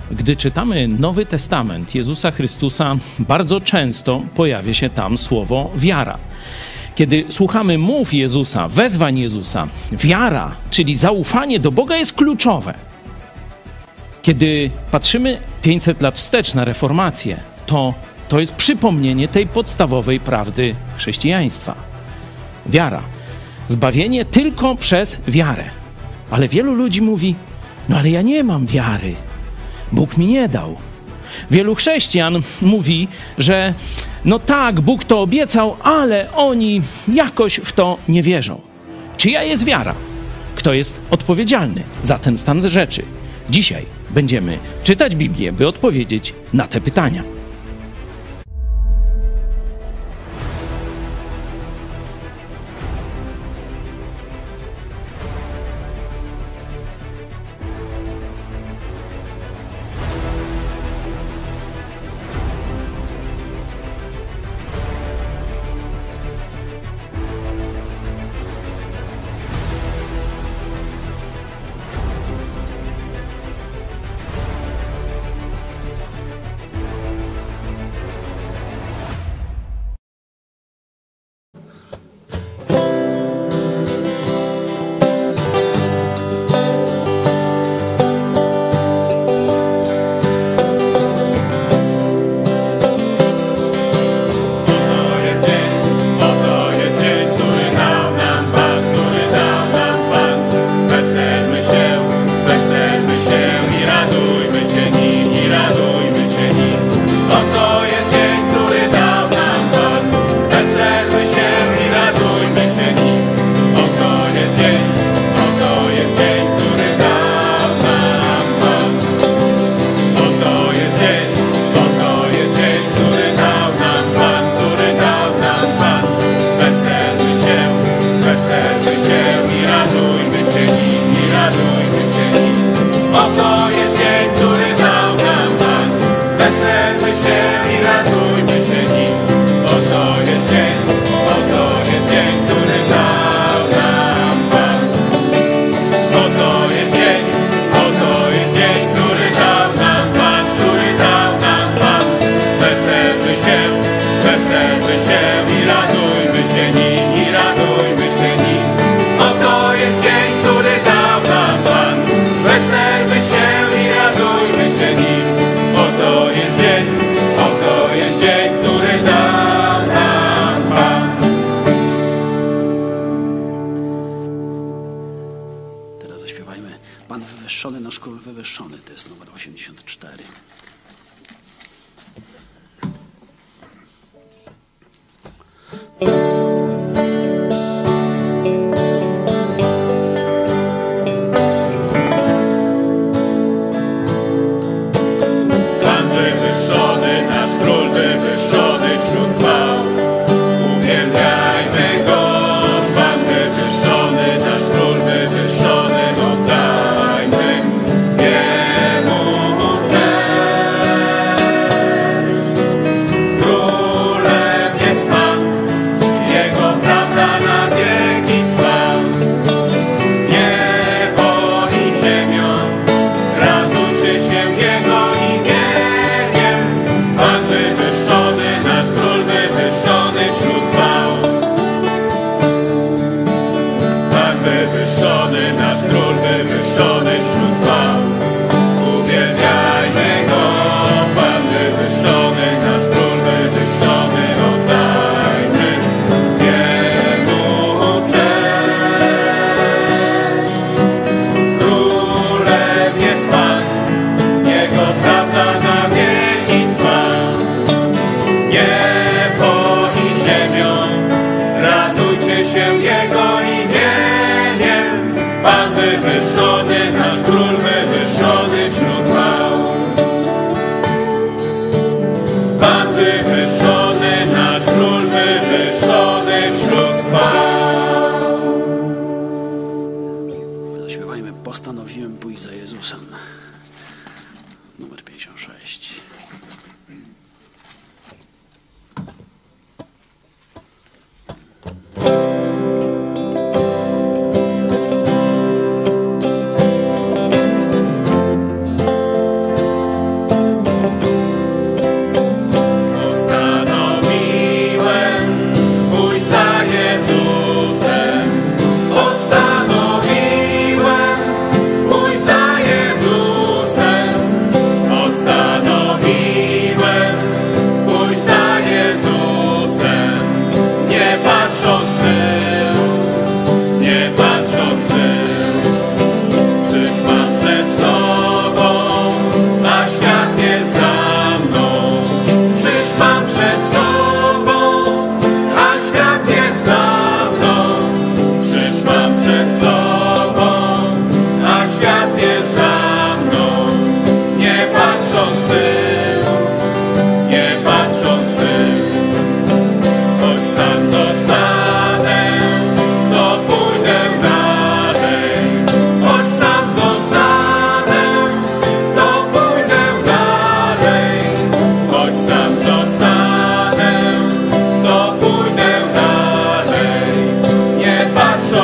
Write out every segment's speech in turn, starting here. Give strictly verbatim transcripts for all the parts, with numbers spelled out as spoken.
Gdy czytamy Nowy Testament Jezusa Chrystusa, bardzo często pojawia się tam słowo wiara. Kiedy słuchamy mów Jezusa, wezwań Jezusa, wiara, czyli zaufanie do Boga jest kluczowe. Kiedy patrzymy pięćset lat wstecz na reformację, to to jest przypomnienie tej podstawowej prawdy chrześcijaństwa. Wiara. Zbawienie tylko przez wiarę. Ale wielu ludzi mówi, no ale ja nie mam wiary. Bóg mi nie dał. Wielu chrześcijan mówi, że no tak, Bóg to obiecał, ale oni jakoś w to nie wierzą. Czyja jest wiara? Kto jest odpowiedzialny za ten stan rzeczy? Dzisiaj będziemy czytać Biblię, by odpowiedzieć na te pytania.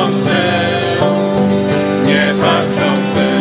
patrząc w tył, nie patrząc w tył.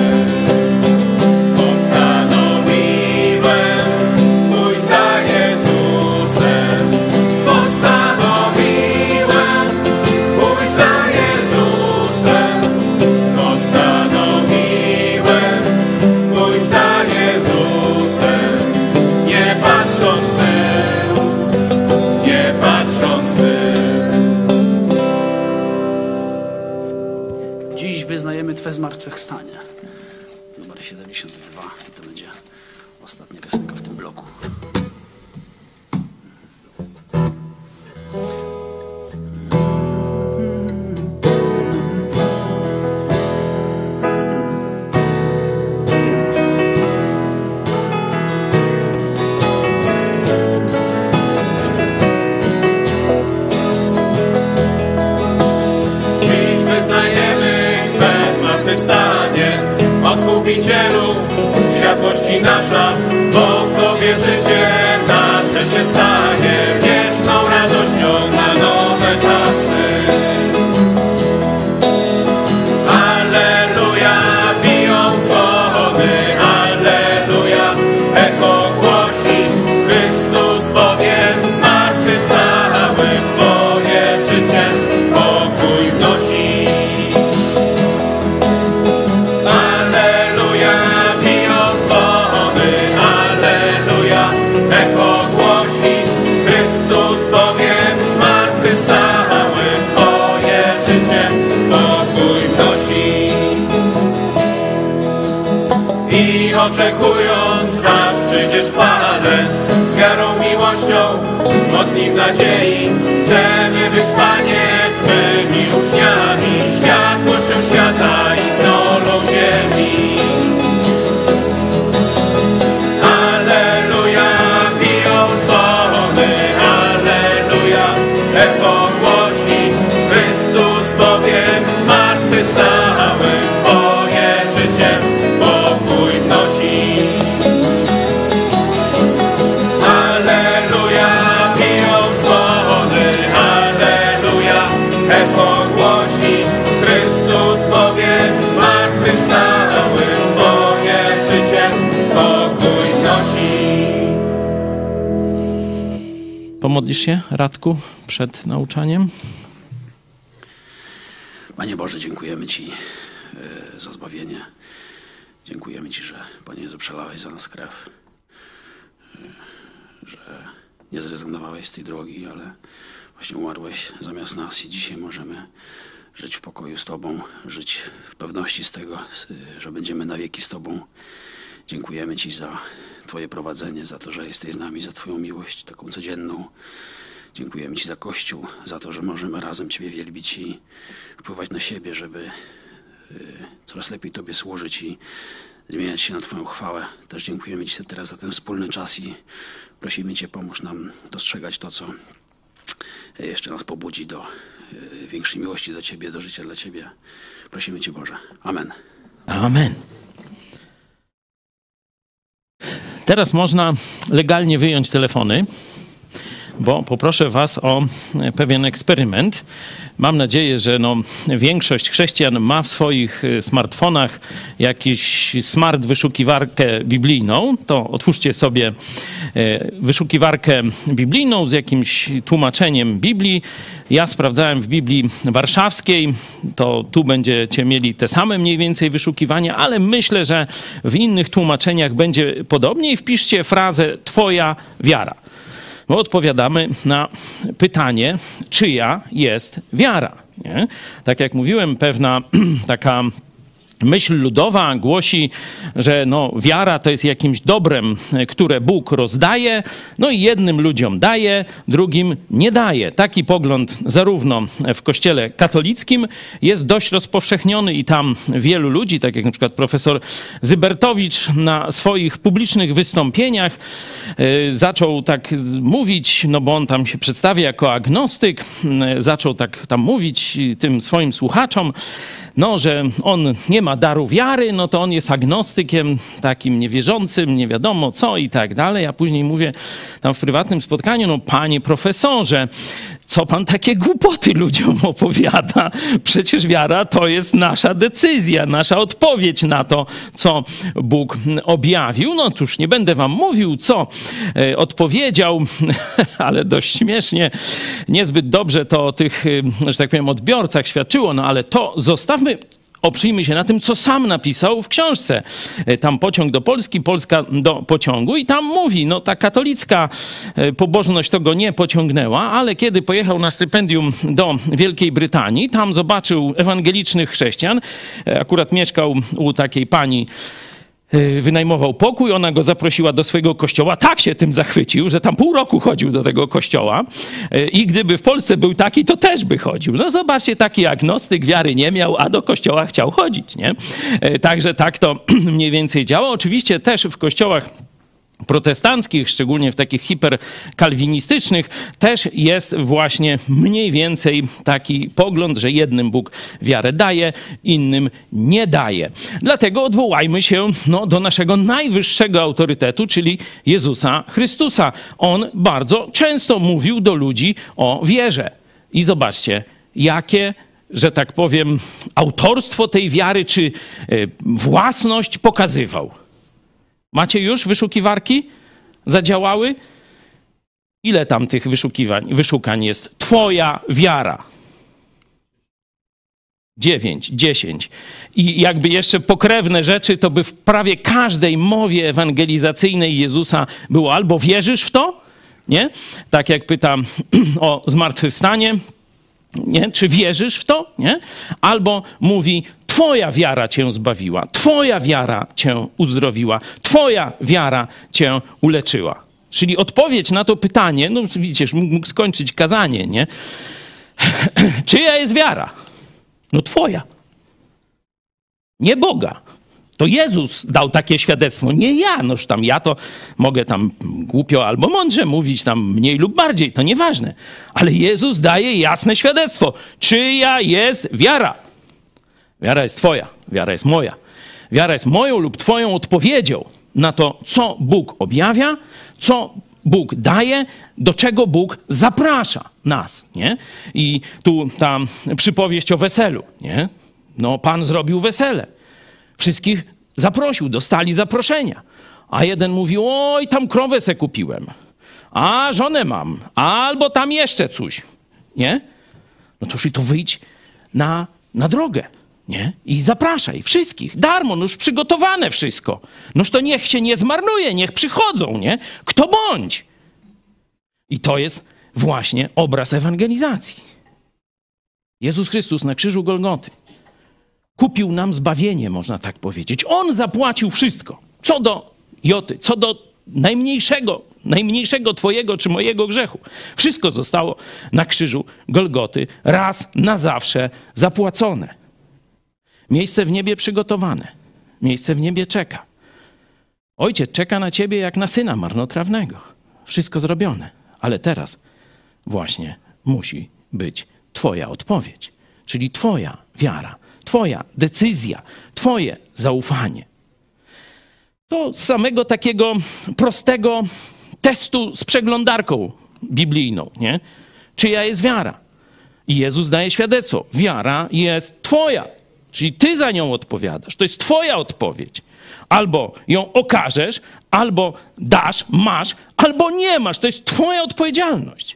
Wyznajemy Twe zmartwychwstanie. Numer siedemdziesiąt dwa i to będzie ostatnia piosenka w tym bloku. Odkupicielu, światłości nasza, bo w Tobie życie nasze się stanie wieczną radością na nowe czasy. Alleluja, biją dzwony, alleluja, echo głosi, Chrystus bowiem zmartwychwstały, w Twoje życie pokój wnosi. Oczekując, aż przyjdziesz w chwale, z wiarą, miłością, mocni w nadziei, chcemy być, Panie, Twymi uczniami, światłością świata i solą ziemi. Alleluja, biją dzwony, alleluja, echo głosi, Chrystus bowiem zmartwychwstały, w Twoje życie pokój wnosi. Alleluja, biją dzwony, alleluja, echo głosi, Chrystus bowiem zmartwychwstały, w Twoje życie pokój wnosi. Pomodlisz się, Radku, przed nauczaniem? Panie Boże, dziękujemy Ci za zbawienie. Dziękujemy Ci, że, Panie Jezu, przelałeś za nas krew, że nie zrezygnowałeś z tej drogi, ale właśnie umarłeś zamiast nas i dzisiaj możemy żyć w pokoju z Tobą, żyć w pewności z tego, że będziemy na wieki z Tobą. Dziękujemy Ci za Twoje prowadzenie, za to, że jesteś z nami, za Twoją miłość taką codzienną. Dziękujemy Ci za Kościół, za to, że możemy razem Ciebie wielbić i wpływać na siebie, żeby coraz lepiej Tobie służyć i zmieniać się na Twoją chwałę. Też dziękujemy Ci teraz za ten wspólny czas i prosimy Cię, pomóż nam dostrzegać to, co jeszcze nas pobudzi do większej miłości do Ciebie, do życia dla Ciebie. Prosimy Cię, Boże. Amen. Amen. Teraz można legalnie wyjąć telefony, bo poproszę was o pewien eksperyment. Mam nadzieję, że no, większość chrześcijan ma w swoich smartfonach jakiś smart wyszukiwarkę biblijną. To otwórzcie sobie wyszukiwarkę biblijną z jakimś tłumaczeniem Biblii. Ja sprawdzałem w Biblii Warszawskiej, to tu będziecie mieli te same mniej więcej wyszukiwania, ale myślę, że w innych tłumaczeniach będzie podobnie i wpiszcie frazę Twoja wiara. Bo odpowiadamy na pytanie, czyja jest wiara. Nie? Tak jak mówiłem, pewna taka myśl ludowa głosi, że no, wiara to jest jakimś dobrem, które Bóg rozdaje, no i jednym ludziom daje, drugim nie daje. Taki pogląd zarówno w Kościele katolickim jest dość rozpowszechniony i tam wielu ludzi, tak jak na przykład profesor Zybertowicz na swoich publicznych wystąpieniach y, zaczął tak mówić, no bo on tam się przedstawia jako agnostyk, y, zaczął tak tam mówić tym swoim słuchaczom, no, że on nie ma daru wiary, no to on jest agnostykiem, takim niewierzącym, nie wiadomo co i tak dalej. A później mówię tam w prywatnym spotkaniu, no panie profesorze, co pan takie głupoty ludziom opowiada? Przecież wiara to jest nasza decyzja, nasza odpowiedź na to, co Bóg objawił. No cóż, nie będę wam mówił, co odpowiedział, ale dość śmiesznie, niezbyt dobrze to o tych, że tak powiem, odbiorcach świadczyło, no ale to zostawmy. Oprzyjmy się na tym, co sam napisał w książce. Tam Pociąg do Polski, Polska do pociągu i tam mówi, no ta katolicka pobożność to go nie pociągnęła, ale kiedy pojechał na stypendium do Wielkiej Brytanii, tam zobaczył ewangelicznych chrześcijan, akurat mieszkał u takiej pani, wynajmował pokój, ona go zaprosiła do swojego kościoła, tak się tym zachwycił, że tam pół roku chodził do tego kościoła i gdyby w Polsce był taki, to też by chodził. No zobaczcie, taki agnostyk, wiary nie miał, a do kościoła chciał chodzić, nie? Także tak to mniej więcej działa. Oczywiście też w kościołach protestanckich, szczególnie w takich hiperkalwinistycznych, też jest właśnie mniej więcej taki pogląd, że jednym Bóg wiarę daje, innym nie daje. Dlatego odwołajmy się no, do naszego najwyższego autorytetu, czyli Jezusa Chrystusa. On bardzo często mówił do ludzi o wierze. I zobaczcie, jakie, że tak powiem, autorstwo tej wiary, czy własność pokazywał. Macie już wyszukiwarki? Zadziałały? Ile tam tych wyszukiwań, wyszukań jest? Twoja wiara. Dziewięć, dziesięć. I jakby jeszcze pokrewne rzeczy, to by w prawie każdej mowie ewangelizacyjnej Jezusa było albo wierzysz w to, nie? Tak jak pytam o zmartwychwstanie, nie? Czy wierzysz w to, nie? Albo mówi, twoja wiara cię zbawiła, twoja wiara cię uzdrowiła, twoja wiara cię uleczyła. Czyli odpowiedź na to pytanie, no widzicie, mógł skończyć kazanie, nie? Czyja jest wiara? No twoja. Nie Boga. To Jezus dał takie świadectwo, nie ja. Noż tam ja to mogę tam głupio albo mądrze mówić, tam mniej lub bardziej, to nieważne. Ale Jezus daje jasne świadectwo. Czyja jest wiara? Wiara jest twoja, wiara jest moja. Wiara jest moją lub twoją odpowiedzią na to, co Bóg objawia, co Bóg daje, do czego Bóg zaprasza nas, nie? I tu ta przypowieść o weselu, nie? No, Pan zrobił wesele. Wszystkich zaprosił, dostali zaproszenia. A jeden mówił, oj, tam krowę se kupiłem, a żonę mam, albo tam jeszcze coś, nie? No to już i to wyjdź na, na drogę, nie? I zapraszaj wszystkich, darmo, no już przygotowane wszystko. Noż to niech się nie zmarnuje, niech przychodzą, nie? Kto bądź. I to jest właśnie obraz ewangelizacji. Jezus Chrystus na krzyżu Golgoty kupił nam zbawienie, można tak powiedzieć. On zapłacił wszystko, co do joty, co do najmniejszego, najmniejszego twojego czy mojego grzechu. Wszystko zostało na krzyżu Golgoty raz na zawsze zapłacone. Miejsce w niebie przygotowane. Miejsce w niebie czeka. Ojciec czeka na ciebie jak na syna marnotrawnego. Wszystko zrobione. Ale teraz właśnie musi być twoja odpowiedź. Czyli twoja wiara, twoja decyzja, twoje zaufanie. To z samego takiego prostego testu z przeglądarką biblijną, nie? Czyja jest wiara? I Jezus daje świadectwo. Wiara jest twoja. Czyli ty za nią odpowiadasz. To jest twoja odpowiedź. Albo ją okażesz, albo dasz, masz, albo nie masz. To jest twoja odpowiedzialność.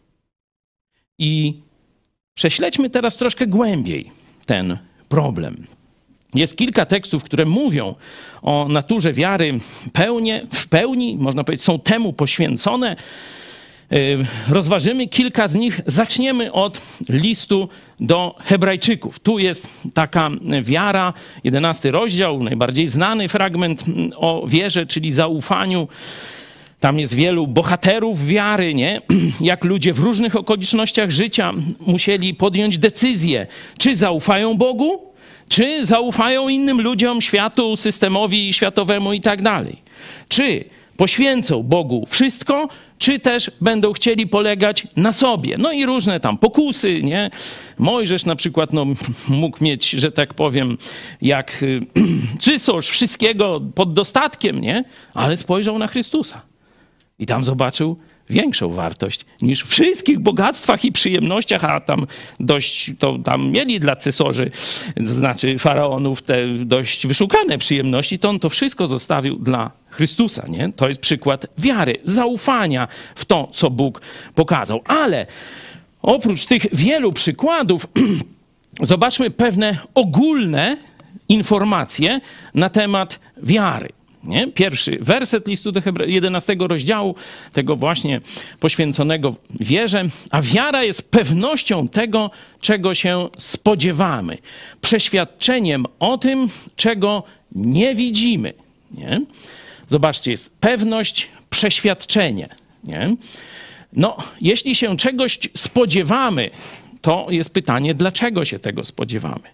I prześledźmy teraz troszkę głębiej ten problem. Jest kilka tekstów, które mówią o naturze wiary pełnie, w pełni, można powiedzieć, są temu poświęcone. Rozważymy kilka z nich. Zaczniemy od listu do Hebrajczyków. Tu jest taka wiara, jedenasty rozdział, najbardziej znany fragment o wierze, czyli zaufaniu. Tam jest wielu bohaterów wiary, nie? Jak ludzie w różnych okolicznościach życia musieli podjąć decyzję, czy zaufają Bogu, czy zaufają innym ludziom, światu, systemowi światowemu i tak dalej. Czy poświęcą Bogu wszystko, czy też będą chcieli polegać na sobie. No i różne tam pokusy, nie? Mojżesz na przykład no, mógł mieć, że tak powiem, jak cysosz wszystkiego pod dostatkiem, nie? Ale spojrzał na Chrystusa. I tam zobaczył, większą wartość niż w wszystkich bogactwach i przyjemnościach, a tam dość, to tam mieli dla cesarzy, to znaczy faraonów, te dość wyszukane przyjemności, to on to wszystko zostawił dla Chrystusa, nie? To jest przykład wiary, zaufania w to, co Bóg pokazał. Ale oprócz tych wielu przykładów, zobaczmy pewne ogólne informacje na temat wiary. Nie? Pierwszy werset listu do Hebre... jedenastego rozdziału, tego właśnie poświęconego wierze. A wiara jest pewnością tego, czego się spodziewamy. Przeświadczeniem o tym, czego nie widzimy. Nie? Zobaczcie, jest pewność, przeświadczenie. Nie? No, jeśli się czegoś spodziewamy, to jest pytanie, dlaczego się tego spodziewamy.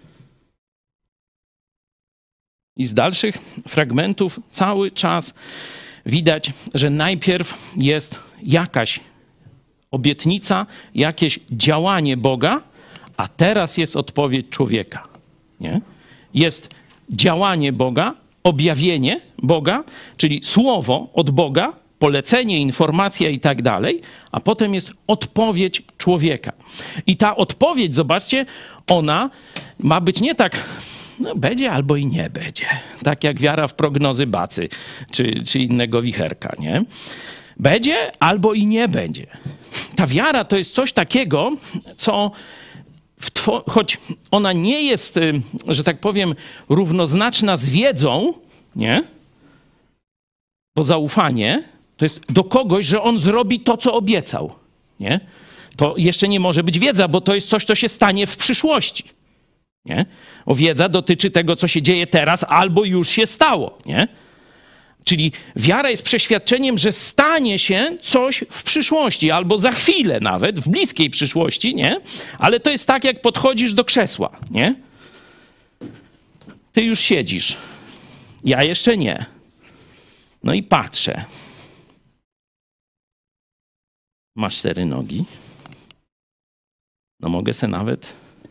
I z dalszych fragmentów cały czas widać, że najpierw jest jakaś obietnica, jakieś działanie Boga, a teraz jest odpowiedź człowieka. Nie? Jest działanie Boga, objawienie Boga, czyli słowo od Boga, polecenie, informacja i tak dalej, a potem jest odpowiedź człowieka. I ta odpowiedź, zobaczcie, ona ma być nie tak, no będzie albo i nie będzie. Tak jak wiara w prognozy Bacy czy, czy innego wicherka, nie? Będzie albo i nie będzie. Ta wiara to jest coś takiego, co w two, choć ona nie jest, że tak powiem, równoznaczna z wiedzą, nie? Bo zaufanie to jest do kogoś, że on zrobi to, co obiecał, nie? To jeszcze nie może być wiedza, bo to jest coś, co się stanie w przyszłości. Nie? O, wiedza dotyczy tego, co się dzieje teraz, albo już się stało. Nie? Czyli wiara jest przeświadczeniem, że stanie się coś w przyszłości, albo za chwilę nawet, w bliskiej przyszłości, nie? Ale to jest tak, jak podchodzisz do krzesła. Nie? Ty już siedzisz, ja jeszcze nie. No i patrzę. Masz cztery nogi. No mogę se nawet...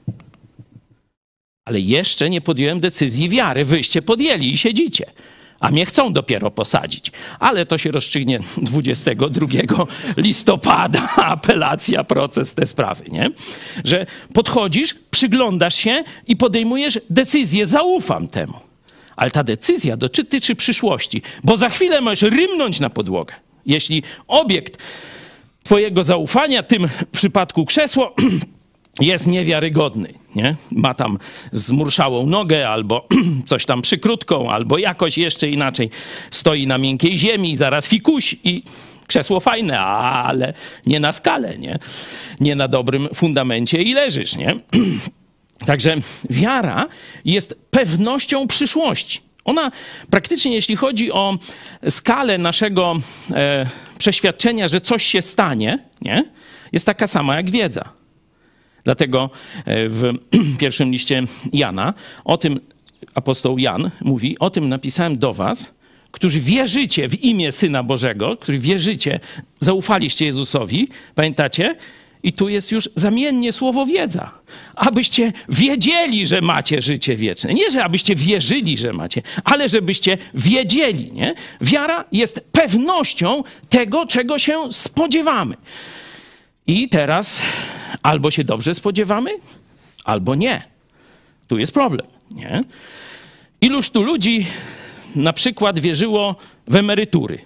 Ale jeszcze nie podjąłem decyzji wiary. Wyście podjęli i siedzicie. A mnie chcą dopiero posadzić. Ale to się rozstrzygnie dwudziestego drugiego listopada. Apelacja, proces, te sprawy, nie? Że podchodzisz, przyglądasz się i podejmujesz decyzję. Zaufam temu. Ale ta decyzja dotyczy przyszłości. Bo za chwilę możesz rymnąć na podłogę. Jeśli obiekt twojego zaufania, w tym przypadku krzesło, jest niewiarygodny, nie? Ma tam zmurszałą nogę, albo coś tam przykrótką, albo jakoś jeszcze inaczej. Stoi na miękkiej ziemi, zaraz fikuś i krzesło fajne, ale nie na skalę, nie? Nie na dobrym fundamencie i leżysz, nie? Także wiara jest pewnością przyszłości. Ona praktycznie, jeśli chodzi o skalę naszego e, przeświadczenia, że coś się stanie, nie? Jest taka sama jak wiedza. Dlatego w pierwszym liście Jana o tym apostoł Jan mówi, o tym napisałem do was, którzy wierzycie w imię Syna Bożego, którzy wierzycie, zaufaliście Jezusowi, pamiętacie? I tu jest już zamiennie słowo wiedza. Abyście wiedzieli, że macie życie wieczne. Nie, że abyście wierzyli, że macie, ale żebyście wiedzieli, nie? Wiara jest pewnością tego, czego się spodziewamy. I teraz albo się dobrze spodziewamy, albo nie. Tu jest problem, nie? Iluż tu ludzi na przykład wierzyło w emerytury,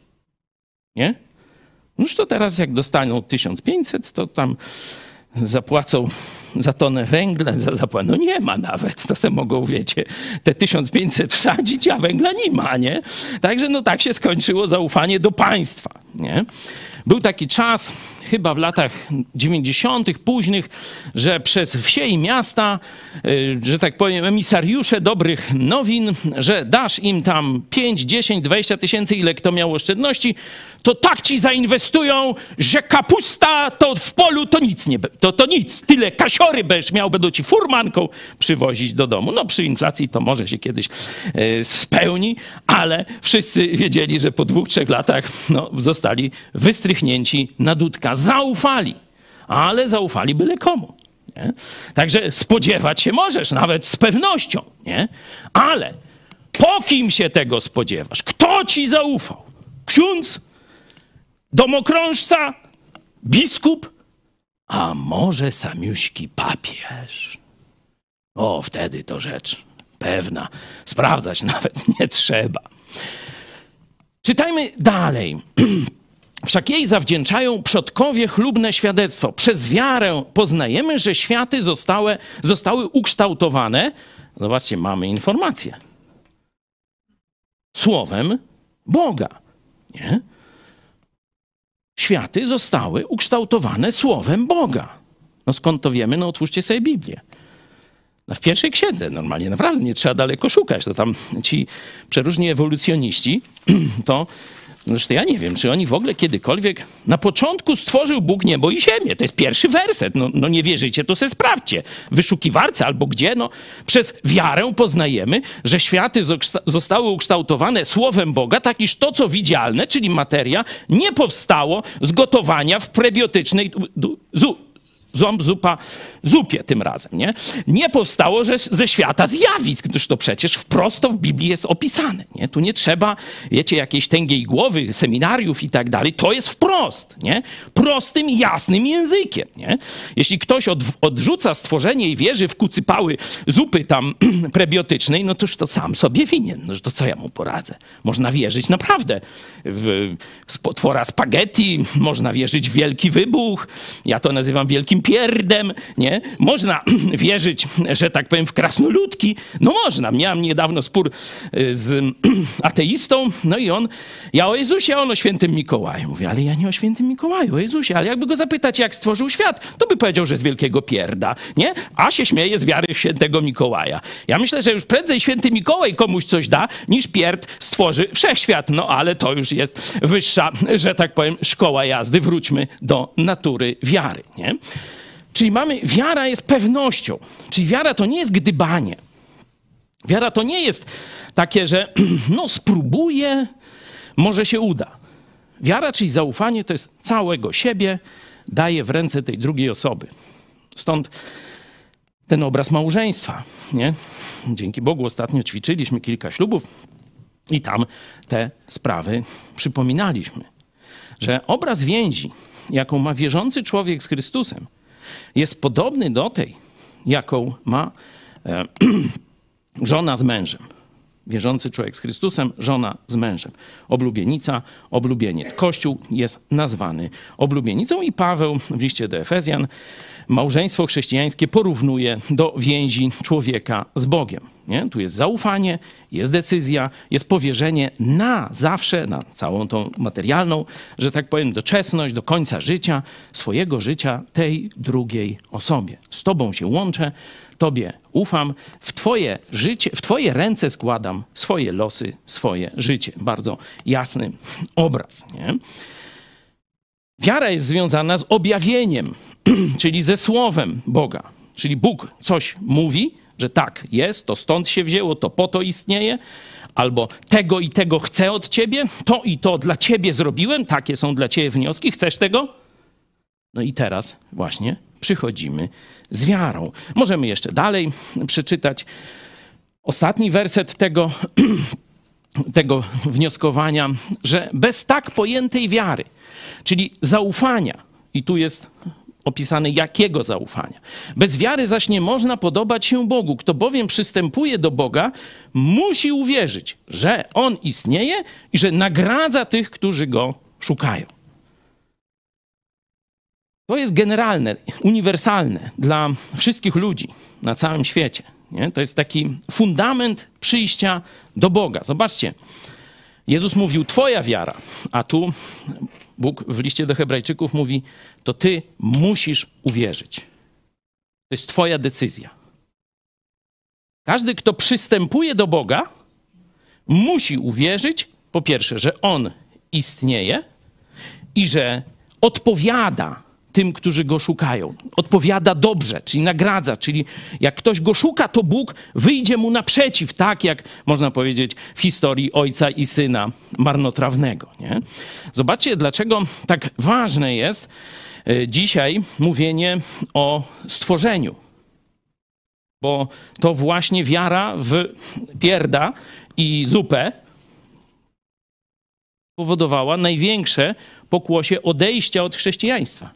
nie? Noż to teraz jak dostaną tysiąc pięćset, to tam zapłacą za tonę węgla, za zapłacą. No nie ma nawet, to se mogą, wiecie, te tysiąc pięćset wsadzić, a węgla nie ma, nie? Także no tak się skończyło zaufanie do państwa, nie? Był taki czas, chyba w latach dziewięćdziesiątych późnych, że przez wsie i miasta, że tak powiem, emisariusze dobrych nowin, że dasz im tam pięć, dziesięć, dwadzieścia tysięcy, ile kto miał oszczędności, to tak ci zainwestują, że kapusta to w polu to nic nie, to, to nic. Tyle kasiory będziesz miał, będą ci furmanką przywozić do domu. No przy inflacji to może się kiedyś e, spełni, ale wszyscy wiedzieli, że po dwóch, trzech latach no, zostali wystrychnięci na dudka. Zaufali, ale zaufali byle komu. Nie? Także spodziewać się możesz, nawet z pewnością, nie? Ale po kim się tego spodziewasz? Kto ci zaufał? Ksiądz? domokrążca, biskup, a może samiuśki papież. O, wtedy to rzecz pewna. Sprawdzać nawet nie trzeba. Czytajmy dalej. Wszak jej zawdzięczają przodkowie chlubne świadectwo. Przez wiarę poznajemy, że światy zostały, zostały ukształtowane. Zobaczcie, mamy informację. Słowem Boga. Nie? Światy zostały ukształtowane słowem Boga. No skąd to wiemy? No otwórzcie sobie Biblię. No w pierwszej księdze normalnie, naprawdę nie trzeba daleko szukać. To tam ci przeróżni ewolucjoniści, to zresztą ja nie wiem, czy oni w ogóle kiedykolwiek... Na początku stworzył Bóg niebo i ziemię. To jest pierwszy werset. No, no nie wierzycie, to se sprawdźcie. W wyszukiwarce albo gdzie. No, przez wiarę poznajemy, że światy zostały ukształtowane słowem Boga, tak iż to, co widzialne, czyli materia, nie powstało z gotowania w prebiotycznej... Zu, Ząb, zupa, zupie tym razem, nie? Nie powstało że ze świata zjawisk, gdyż to przecież wprost w Biblii jest opisane, nie? Tu nie trzeba, wiecie, jakiejś tęgiej głowy, seminariów i tak dalej. To jest wprost, nie? Prostym, jasnym językiem, nie? Jeśli ktoś od, odrzuca stworzenie i wierzy w kucypały zupy tam prebiotycznej, no toż to sam sobie winien. No to co ja mu poradzę? Można wierzyć naprawdę w potwora spaghetti, można wierzyć w wielki wybuch, ja to nazywam wielkim pierdem, nie? Można wierzyć, że tak powiem, w krasnoludki. No można. Miałem niedawno spór z ateistą, no i on, ja o Jezusie, a on o świętym Mikołaju. Mówię, ale ja nie o świętym Mikołaju, o Jezusie. Ale jakby go zapytać, jak stworzył świat, to by powiedział, że z wielkiego pierda, nie? A się śmieje z wiary w świętego Mikołaja. Ja myślę, że już prędzej święty Mikołaj komuś coś da, niż pierd stworzy wszechświat. No ale to już jest wyższa, że tak powiem, szkoła jazdy. Wróćmy do natury wiary, nie? Czyli mamy, wiara jest pewnością. Czyli wiara to nie jest gdybanie. Wiara to nie jest takie, że no spróbuję, może się uda. Wiara, czyli zaufanie, to jest całego siebie daje w ręce tej drugiej osoby. Stąd ten obraz małżeństwa, nie? Dzięki Bogu ostatnio ćwiczyliśmy kilka ślubów i tam te sprawy przypominaliśmy. Że obraz więzi, jaką ma wierzący człowiek z Chrystusem, jest podobny do tej, jaką ma e, żona z mężem. Wierzący człowiek z Chrystusem, żona z mężem. Oblubienica, oblubieniec. Kościół jest nazwany oblubienicą i Paweł w liście do Efezjan małżeństwo chrześcijańskie porównuje do więzi człowieka z Bogiem. Nie? Tu jest zaufanie, jest decyzja, jest powierzenie na zawsze, na całą tą materialną, że tak powiem, doczesność, do końca życia, swojego życia tej drugiej osobie. Z Tobą się łączę, Tobie ufam, w Twoje życie, w Twoje ręce składam swoje losy, swoje życie. Bardzo jasny obraz. Nie? Wiara jest związana z objawieniem, czyli ze słowem Boga. Czyli Bóg coś mówi, że tak jest, to stąd się wzięło, to po to istnieje, albo tego i tego chcę od ciebie, to i to dla ciebie zrobiłem, takie są dla ciebie wnioski, chcesz tego? No i teraz właśnie przychodzimy z wiarą. Możemy jeszcze dalej przeczytać ostatni werset tego, tego wnioskowania, że bez tak pojętej wiary, czyli zaufania, i tu jest opisane jakiego zaufania. Bez wiary zaś nie można podobać się Bogu. Kto bowiem przystępuje do Boga, musi uwierzyć, że On istnieje i że nagradza tych, którzy Go szukają. To jest generalne, uniwersalne dla wszystkich ludzi na całym świecie. Nie? To jest taki fundament przyjścia do Boga. Zobaczcie, Jezus mówił, twoja wiara, a tu Bóg w liście do Hebrajczyków mówi, to ty musisz uwierzyć. To jest twoja decyzja. Każdy, kto przystępuje do Boga, musi uwierzyć, po pierwsze, że On istnieje i że odpowiada tym, którzy Go szukają. Odpowiada dobrze, czyli nagradza, czyli jak ktoś Go szuka, to Bóg wyjdzie mu naprzeciw, tak jak można powiedzieć w historii Ojca i Syna marnotrawnego. Nie? Zobaczcie, dlaczego tak ważne jest dzisiaj mówienie o stworzeniu. Bo to właśnie wiara w pierda i zupę powodowała największe pokłosie odejścia od chrześcijaństwa.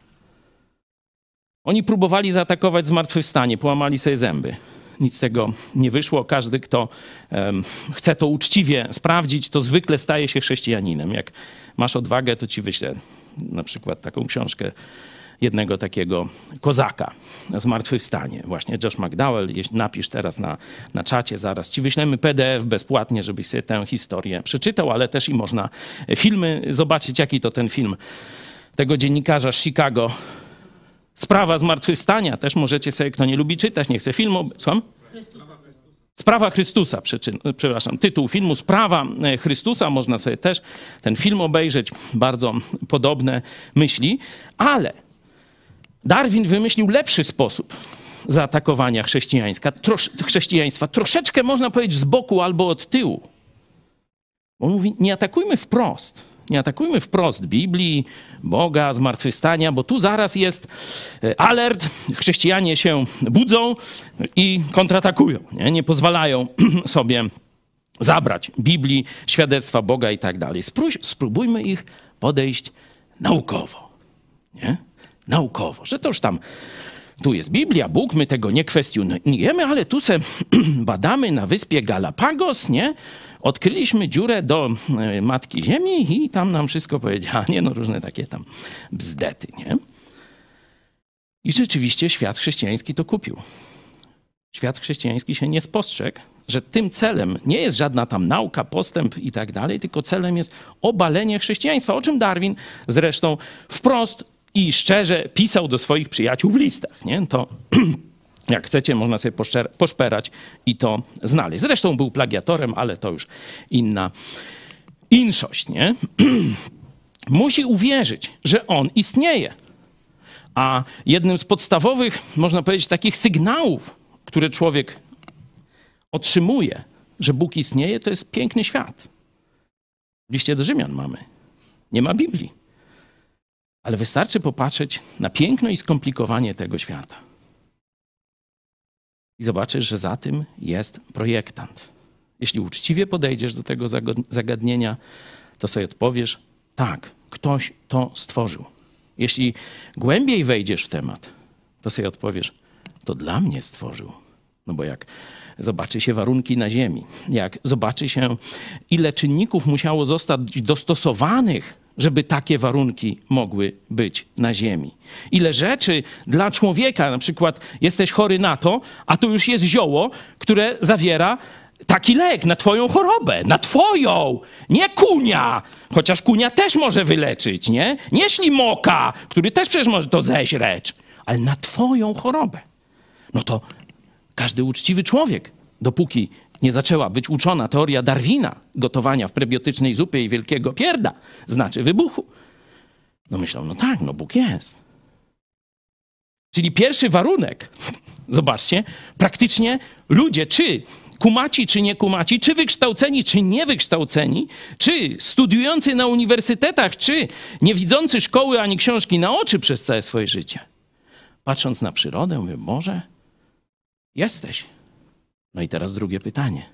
Oni próbowali zaatakować zmartwychwstanie, połamali sobie zęby. Nic z tego nie wyszło. Każdy, kto um, chce to uczciwie sprawdzić, to zwykle staje się chrześcijaninem. Jak masz odwagę, to ci wyślę na przykład taką książkę jednego takiego kozaka, Zmartwychwstanie. Właśnie Josh McDowell, napisz teraz na, na czacie zaraz. Ci wyślemy P D F bezpłatnie, żebyś sobie tę historię przeczytał, ale też i można filmy zobaczyć, jaki to ten film tego dziennikarza z Chicago. Sprawa Zmartwychwstania, też możecie sobie, kto nie lubi czytać, nie chce filmu. Słucham? Sprawa Chrystusa, przyczyn, przepraszam, tytuł filmu Sprawa Chrystusa, można sobie też ten film obejrzeć, bardzo podobne myśli, ale Darwin wymyślił lepszy sposób zaatakowania chrześcijaństwa, trosz, chrześcijaństwa, troszeczkę można powiedzieć z boku albo od tyłu. On mówi, nie atakujmy wprost. Nie atakujmy wprost Biblii, Boga, zmartwychwstania, bo tu zaraz jest alert, chrześcijanie się budzą i kontratakują. Nie, nie pozwalają sobie zabrać Biblii, świadectwa Boga i tak dalej. Spróbujmy ich podejść naukowo. Nie? Naukowo, że to już tam, tu jest Biblia, Bóg, my tego nie kwestionujemy, ale tu se badamy na wyspie Galapagos, nie? Odkryliśmy dziurę do Matki Ziemi i tam nam wszystko powiedziała, nie no, różne takie tam bzdety, nie? I rzeczywiście świat chrześcijański to kupił. Świat chrześcijański się nie spostrzegł, że tym celem nie jest żadna tam nauka, postęp i tak dalej, tylko celem jest obalenie chrześcijaństwa, o czym Darwin zresztą wprost i szczerze pisał do swoich przyjaciół w listach, nie? To jak chcecie, można sobie poszperać i to znaleźć. Zresztą był plagiatorem, ale to już inna inszość, nie? Musi uwierzyć, że on istnieje. A jednym z podstawowych, można powiedzieć, takich sygnałów, które człowiek otrzymuje, że Bóg istnieje, to jest piękny świat. W liście do Rzymian mamy. Nie ma Biblii. Ale wystarczy popatrzeć na piękno i skomplikowanie tego świata. I zobaczysz, że za tym jest projektant. Jeśli uczciwie podejdziesz do tego zagadnienia, to sobie odpowiesz, tak, ktoś to stworzył. Jeśli głębiej wejdziesz w temat, to sobie odpowiesz, to dla mnie stworzył. No bo jak zobaczy się warunki na ziemi, jak zobaczy się, ile czynników musiało zostać dostosowanych, żeby takie warunki mogły być na ziemi. Ile rzeczy dla człowieka, na przykład jesteś chory na to, a tu już jest zioło, które zawiera taki lek na twoją chorobę, na twoją, nie kunia, chociaż kunia też może wyleczyć, nie? Nie ślimoka, który też przecież może to zeźreć, ale na twoją chorobę. No to każdy uczciwy człowiek, dopóki nie zaczęła być uczona teoria Darwina, gotowania w prebiotycznej zupie i wielkiego pierda, znaczy wybuchu. No myślał, no tak, no Bóg jest. Czyli pierwszy warunek, zobaczcie, praktycznie ludzie, czy kumaci, czy nie kumaci, czy wykształceni, czy niewykształceni, czy studiujący na uniwersytetach, czy nie widzący szkoły ani książki na oczy przez całe swoje życie. Patrząc na przyrodę, mówię, Boże, jesteś. No i teraz drugie pytanie.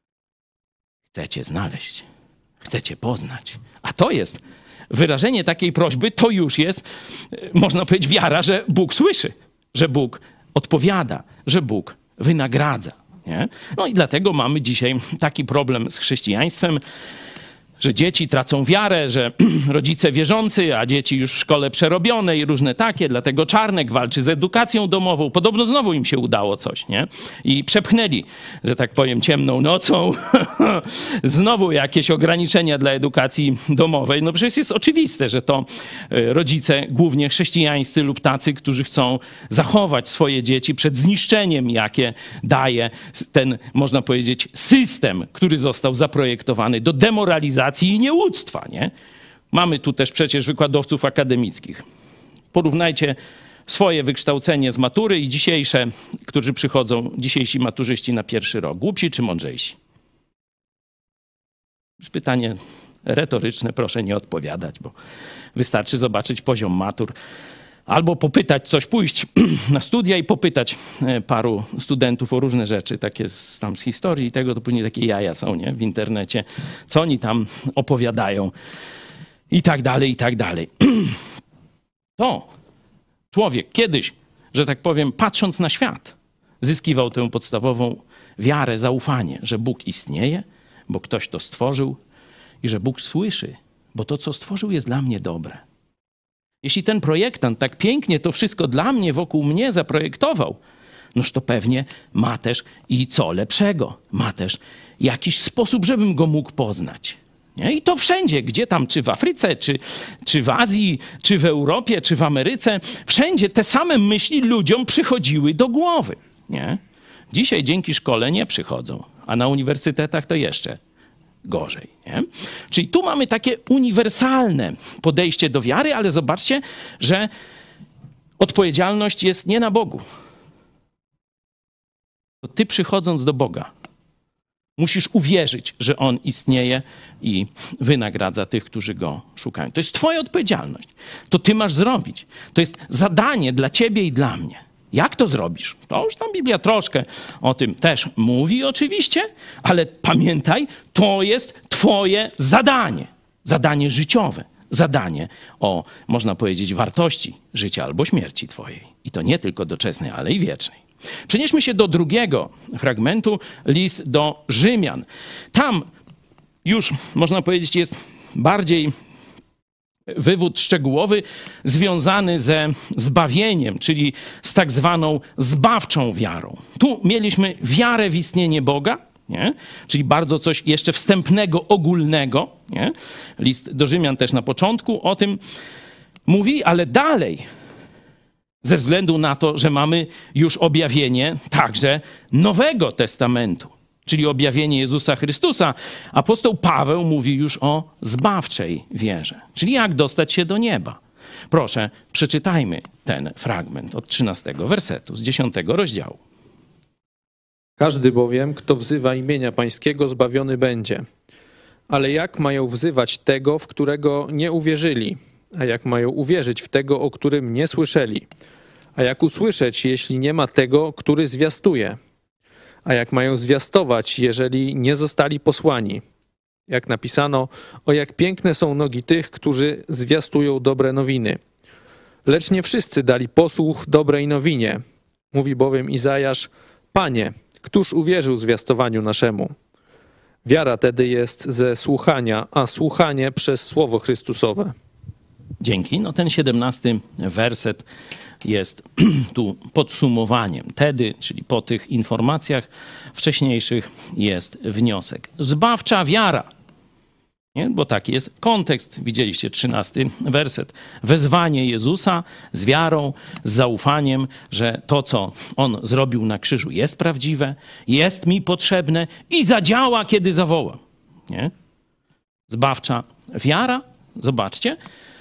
Chcecie znaleźć, chcecie poznać. A to jest wyrażenie takiej prośby, to już jest, można powiedzieć, wiara, że Bóg słyszy, że Bóg odpowiada, że Bóg wynagradza. Nie? No i dlatego mamy dzisiaj taki problem z chrześcijaństwem, że dzieci tracą wiarę, że rodzice wierzący, a dzieci już w szkole przerobione i różne takie. Dlatego Czarnek walczy z edukacją domową. Podobno znowu im się udało coś, nie? I przepchnęli, że tak powiem, ciemną nocą znowu jakieś ograniczenia dla edukacji domowej. No przecież jest oczywiste, że to rodzice, głównie chrześcijańscy lub tacy, którzy chcą zachować swoje dzieci przed zniszczeniem, jakie daje ten, można powiedzieć, system, który został zaprojektowany do demoralizacji i nieuctwa, nie? Mamy tu też przecież wykładowców akademickich. Porównajcie swoje wykształcenie z matury i dzisiejsze, którzy przychodzą, dzisiejsi maturzyści na pierwszy rok. Głupsi czy mądrzejsi? Pytanie retoryczne, proszę nie odpowiadać, bo wystarczy zobaczyć poziom matur. Albo popytać coś, pójść na studia i popytać paru studentów o różne rzeczy, takie z, tam z historii i tego, to później takie jaja są, nie? W internecie, co oni tam opowiadają. i tak dalej, i tak dalej. To człowiek kiedyś, że tak powiem, patrząc na świat, zyskiwał tę podstawową wiarę, zaufanie, że Bóg istnieje, bo ktoś to stworzył i że Bóg słyszy, bo to, co stworzył, jest dla mnie dobre. Jeśli ten projektant tak pięknie to wszystko dla mnie, wokół mnie zaprojektował, noż to pewnie ma też i co lepszego. Ma też jakiś sposób, żebym go mógł poznać. Nie? I to wszędzie, gdzie tam, czy w Afryce, czy, czy w Azji, czy w Europie, czy w Ameryce, wszędzie te same myśli ludziom przychodziły do głowy. Nie? Dzisiaj dzięki szkole nie przychodzą, a na uniwersytetach to jeszcze gorzej. Nie? Czyli tu mamy takie uniwersalne podejście do wiary, ale zobaczcie, że odpowiedzialność jest nie na Bogu. To ty przychodząc do Boga musisz uwierzyć, że On istnieje i wynagradza tych, którzy Go szukają. To jest twoja odpowiedzialność. To ty masz zrobić. To jest zadanie dla ciebie i dla mnie. Jak to zrobisz? To już tam Biblia troszkę o tym też mówi oczywiście, ale pamiętaj, to jest twoje zadanie. Zadanie życiowe. Zadanie o, można powiedzieć, wartości życia albo śmierci twojej. I to nie tylko doczesnej, ale i wiecznej. Przenieśmy się do drugiego fragmentu, list do Rzymian. Tam już, można powiedzieć, jest bardziej wywód szczegółowy związany ze zbawieniem, czyli z tak zwaną zbawczą wiarą. Tu mieliśmy wiarę w istnienie Boga, nie? Czyli bardzo coś jeszcze wstępnego, ogólnego. Nie? List do Rzymian też na początku o tym mówi, ale dalej, ze względu na to, że mamy już objawienie także Nowego Testamentu, czyli objawienie Jezusa Chrystusa, apostoł Paweł mówi już o zbawczej wierze. Czyli jak dostać się do nieba. Proszę, przeczytajmy ten fragment od trzynastego wersetu z dziesiątego rozdziału. Każdy bowiem, kto wzywa imienia Pańskiego, zbawiony będzie. Ale jak mają wzywać tego, w którego nie uwierzyli? A jak mają uwierzyć w tego, o którym nie słyszeli? A jak usłyszeć, jeśli nie ma tego, który zwiastuje? A jak mają zwiastować, jeżeli nie zostali posłani? Jak napisano, o jak piękne są nogi tych, którzy zwiastują dobre nowiny. Lecz nie wszyscy dali posłuch dobrej nowinie. Mówi bowiem Izajasz, Panie, któż uwierzył zwiastowaniu naszemu? Wiara tedy jest ze słuchania, a słuchanie przez Słowo Chrystusowe. Dzięki. No ten siedemnasty werset jest tu podsumowaniem. Tedy, czyli po tych informacjach wcześniejszych jest wniosek. Zbawcza wiara. Nie? Bo taki jest kontekst. Widzieliście trzynasty werset. Wezwanie Jezusa z wiarą, z zaufaniem, że to, co On zrobił na krzyżu jest prawdziwe, jest mi potrzebne i zadziała, kiedy zawołam. Nie? Zbawcza wiara. Zobaczcie.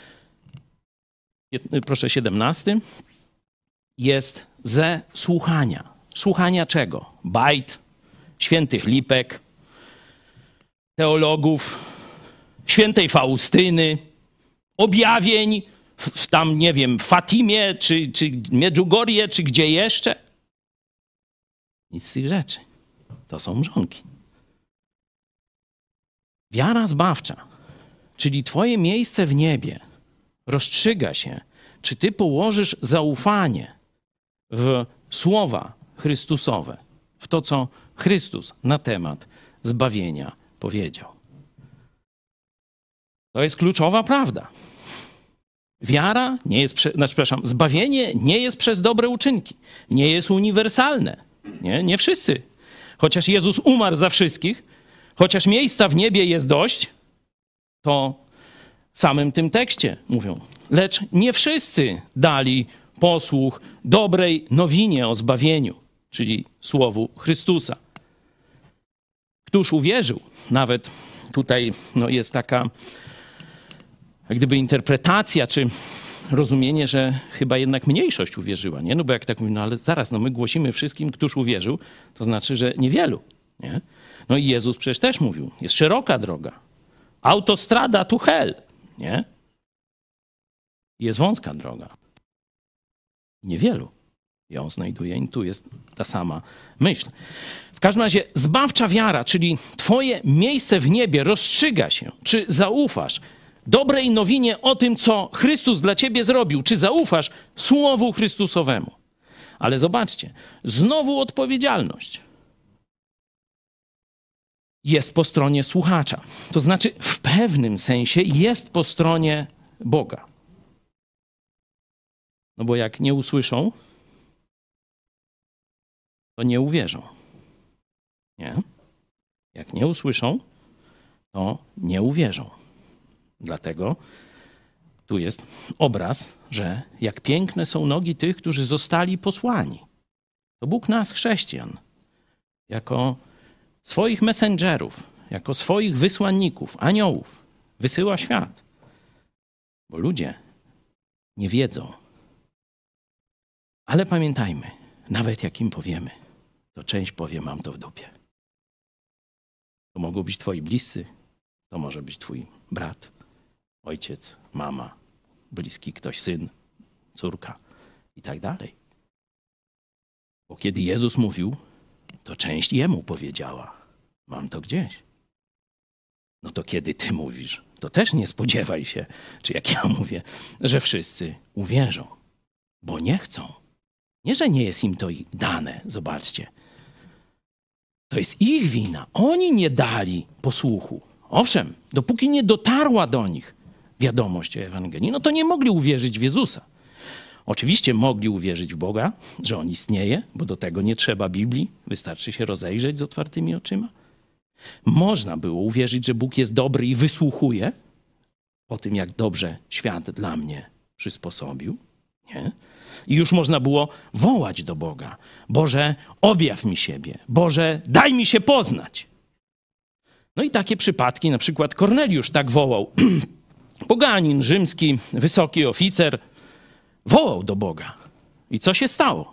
Proszę, siedemnasty. Jest ze słuchania. Słuchania czego? Bajt, świętych lipek, teologów, świętej Faustyny, objawień w tam, nie wiem, Fatimie, czy, czy Medjugorje, czy gdzie jeszcze. Nic z tych rzeczy. To są mrzonki. Wiara zbawcza, czyli twoje miejsce w niebie, rozstrzyga się, czy ty położysz zaufanie w słowa Chrystusowe, w to, co Chrystus na temat zbawienia powiedział. To jest kluczowa prawda. Wiara nie jest, prze, znaczy, przepraszam, zbawienie nie jest przez dobre uczynki. Nie jest uniwersalne. Nie, nie wszyscy. Chociaż Jezus umarł za wszystkich, chociaż miejsca w niebie jest dość, to w samym tym tekście mówią, lecz nie wszyscy dali posłuch dobrej nowinie o zbawieniu, czyli słowu Chrystusa. Któż uwierzył? Nawet tutaj no, jest taka jak gdyby interpretacja, czy rozumienie, że chyba jednak mniejszość uwierzyła, nie? No bo jak tak mówimy, no ale zaraz, no my głosimy wszystkim, któż uwierzył, to znaczy, że niewielu, nie? No i Jezus przecież też mówił, jest szeroka droga, autostrada to hell, nie? Jest wąska droga. Niewielu ją znajduje i tu jest ta sama myśl. W każdym razie zbawcza wiara, czyli twoje miejsce w niebie rozstrzyga się, czy zaufasz dobrej nowinie o tym, co Chrystus dla ciebie zrobił. Czy zaufasz Słowu Chrystusowemu? Ale zobaczcie, znowu odpowiedzialność jest po stronie słuchacza. To znaczy w pewnym sensie jest po stronie Boga. No bo jak nie usłyszą, to nie uwierzą. Nie? Jak nie usłyszą, to nie uwierzą. Dlatego tu jest obraz, że jak piękne są nogi tych, którzy zostali posłani. To Bóg nas, chrześcijan, jako swoich messengerów, jako swoich wysłanników, aniołów, wysyła świat. Bo ludzie nie wiedzą. Ale pamiętajmy, nawet jak im powiemy, to część powie, mam to w dupie. To mogą być twoi bliscy, to może być twój brat, ojciec, mama, bliski ktoś, syn, córka i tak dalej. Bo kiedy Jezus mówił, to część jemu powiedziała, mam to gdzieś. No to kiedy ty mówisz, to też nie spodziewaj się, czy jak ja mówię, że wszyscy uwierzą, bo nie chcą. Nie, że nie jest im to dane, zobaczcie. To jest ich wina. Oni nie dali posłuchu. Owszem, dopóki nie dotarła do nich wiadomość o Ewangelii, no to nie mogli uwierzyć w Jezusa. Oczywiście mogli uwierzyć w Boga, że On istnieje, bo do tego nie trzeba Biblii, wystarczy się rozejrzeć z otwartymi oczyma. Można było uwierzyć, że Bóg jest dobry i wysłuchuje o tym, jak dobrze świat dla mnie przysposobił. Nie? I już można było wołać do Boga. Boże, objaw mi siebie. Boże, daj mi się poznać. No i takie przypadki, na przykład Korneliusz tak wołał. Poganin rzymski, wysoki oficer, wołał do Boga. I co się stało?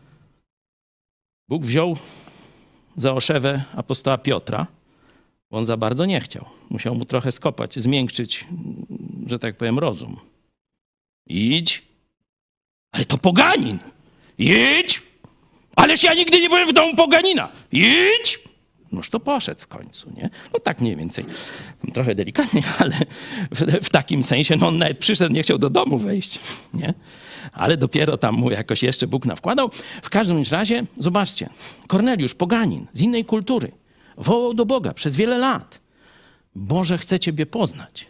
Bóg wziął za oszewę apostoła Piotra, bo on za bardzo nie chciał. Musiał mu trochę skopać, zmiękczyć, że tak powiem, rozum. Idź. Ale to poganin. Idź. Ależ ja nigdy nie byłem w domu poganina. Idź. Noż to poszedł w końcu, nie? No tak mniej więcej. Trochę delikatnie, ale w, w takim sensie, no on nawet przyszedł, nie chciał do domu wejść, nie? Ale dopiero tam mu jakoś jeszcze Bóg nawkładał. W każdym razie, zobaczcie, Korneliusz, poganin z innej kultury, wołał do Boga przez wiele lat. Boże, chcę Ciebie poznać.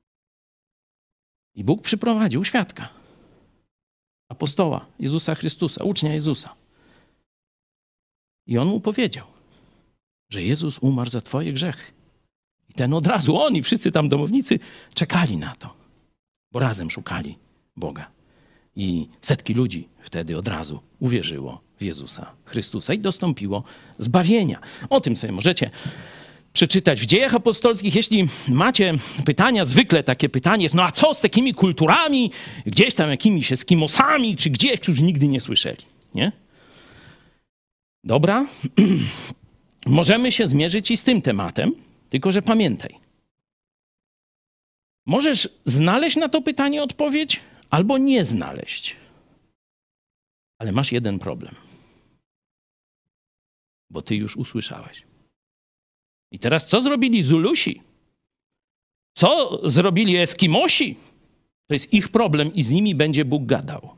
I Bóg przyprowadził świadka. Apostoła Jezusa Chrystusa, ucznia Jezusa. I on mu powiedział, że Jezus umarł za twoje grzechy. I ten od razu, on i wszyscy tam domownicy czekali na to, bo razem szukali Boga. I setki ludzi wtedy od razu uwierzyło w Jezusa Chrystusa i dostąpiło zbawienia. O tym sobie możecie przeczytać w Dziejach Apostolskich. Jeśli macie pytania, zwykle takie pytanie jest, no a co z takimi kulturami, gdzieś tam jakimiś eskimosami, czy gdzieś, którzy nigdy nie słyszeli, nie? Dobra, możemy się zmierzyć i z tym tematem, tylko że pamiętaj. Możesz znaleźć na to pytanie odpowiedź, albo nie znaleźć. Ale masz jeden problem. Bo ty już usłyszałeś. I teraz co zrobili Zulusi? Co zrobili Eskimosi? To jest ich problem i z nimi będzie Bóg gadał.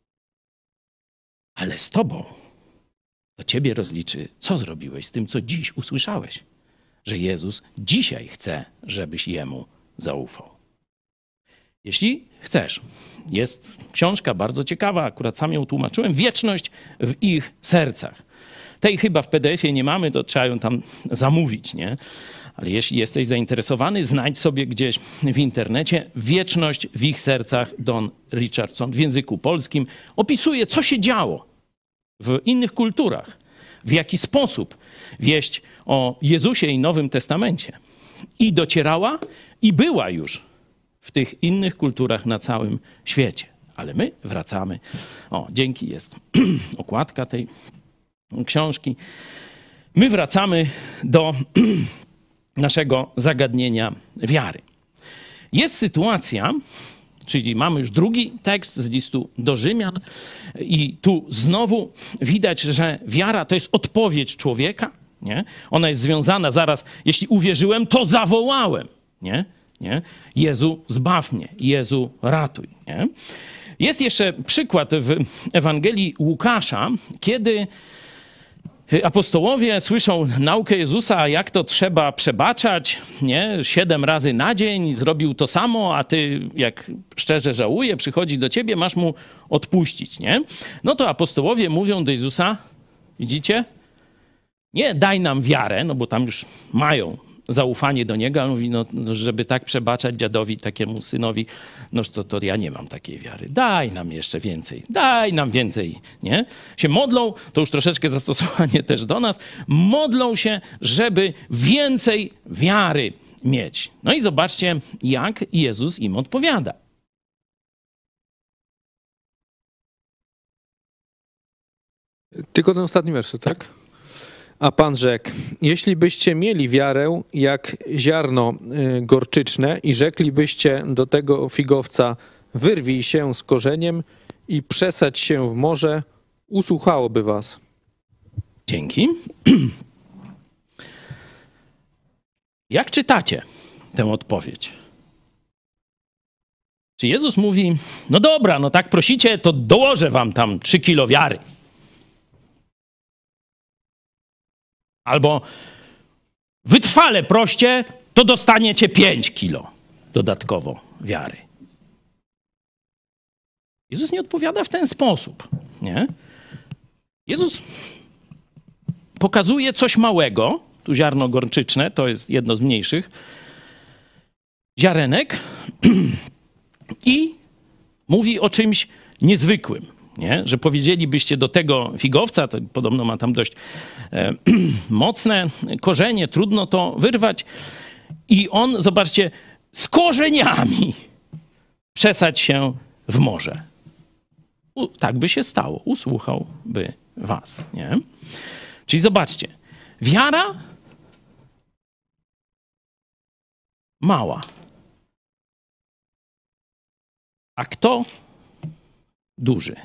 Ale z tobą to ciebie rozliczy, co zrobiłeś z tym, co dziś usłyszałeś. Że Jezus dzisiaj chce, żebyś Jemu zaufał. Jeśli chcesz, jest książka bardzo ciekawa, akurat sam ją tłumaczyłem, Wieczność w ich sercach. Tej chyba w P D F-ie nie mamy, to trzeba ją tam zamówić, nie? Ale jeśli jesteś zainteresowany, znajdź sobie gdzieś w internecie Wieczność w ich sercach, Don Richardson w języku polskim. Opisuje, co się działo w innych kulturach, w jaki sposób wieść o Jezusie i Nowym Testamencie i docierała i była już w tych innych kulturach na całym świecie. Ale my wracamy. O, dzięki, jest okładka tej książki. My wracamy do naszego zagadnienia wiary. Jest sytuacja, czyli mamy już drugi tekst z listu do Rzymian i tu znowu widać, że wiara to jest odpowiedź człowieka, nie? Ona jest związana zaraz, jeśli uwierzyłem, to zawołałem, nie? Nie? Jezu, zbaw mnie. Jezu, ratuj. Nie? Jest jeszcze przykład w Ewangelii Łukasza, kiedy apostołowie słyszą naukę Jezusa, jak to trzeba przebaczać, nie? Siedem razy na dzień, zrobił to samo, a ty, jak szczerze żałuje, przychodzi do ciebie, masz mu odpuścić, nie? No to apostołowie mówią do Jezusa, widzicie? Nie daj nam wiarę, no bo tam już mają zaufanie do niego, ale mówi, no, żeby tak przebaczać dziadowi, takiemu synowi, no to, to ja nie mam takiej wiary. Daj nam jeszcze więcej, daj nam więcej, nie? Się modlą, to już troszeczkę zastosowanie też do nas, modlą się, żeby więcej wiary mieć. No i zobaczcie, jak Jezus im odpowiada. Tylko ten ostatni werset, tak? A Pan rzekł, jeśli byście mieli wiarę jak ziarno gorczyczne i rzeklibyście do tego figowca, wyrwij się z korzeniem i przesadź się w morze, usłuchałoby was. Dzięki. Jak czytacie tę odpowiedź? Czy Jezus mówi, no dobra, no tak prosicie, to dołożę wam tam trzy kilo wiary. Albo wytrwale proście, to dostaniecie pięć kilo dodatkowo wiary. Jezus nie odpowiada w ten sposób, nie? Jezus pokazuje coś małego, tu ziarno gorczyczne, to jest jedno z mniejszych ziarenek i mówi o czymś niezwykłym. Nie? Że powiedzielibyście do tego figowca, to podobno ma tam dość e, mocne korzenie, trudno to wyrwać. I on, zobaczcie, z korzeniami przesadź się w morze. U, tak by się stało, usłuchałby was. Nie? Czyli zobaczcie, wiara mała. A kto duży?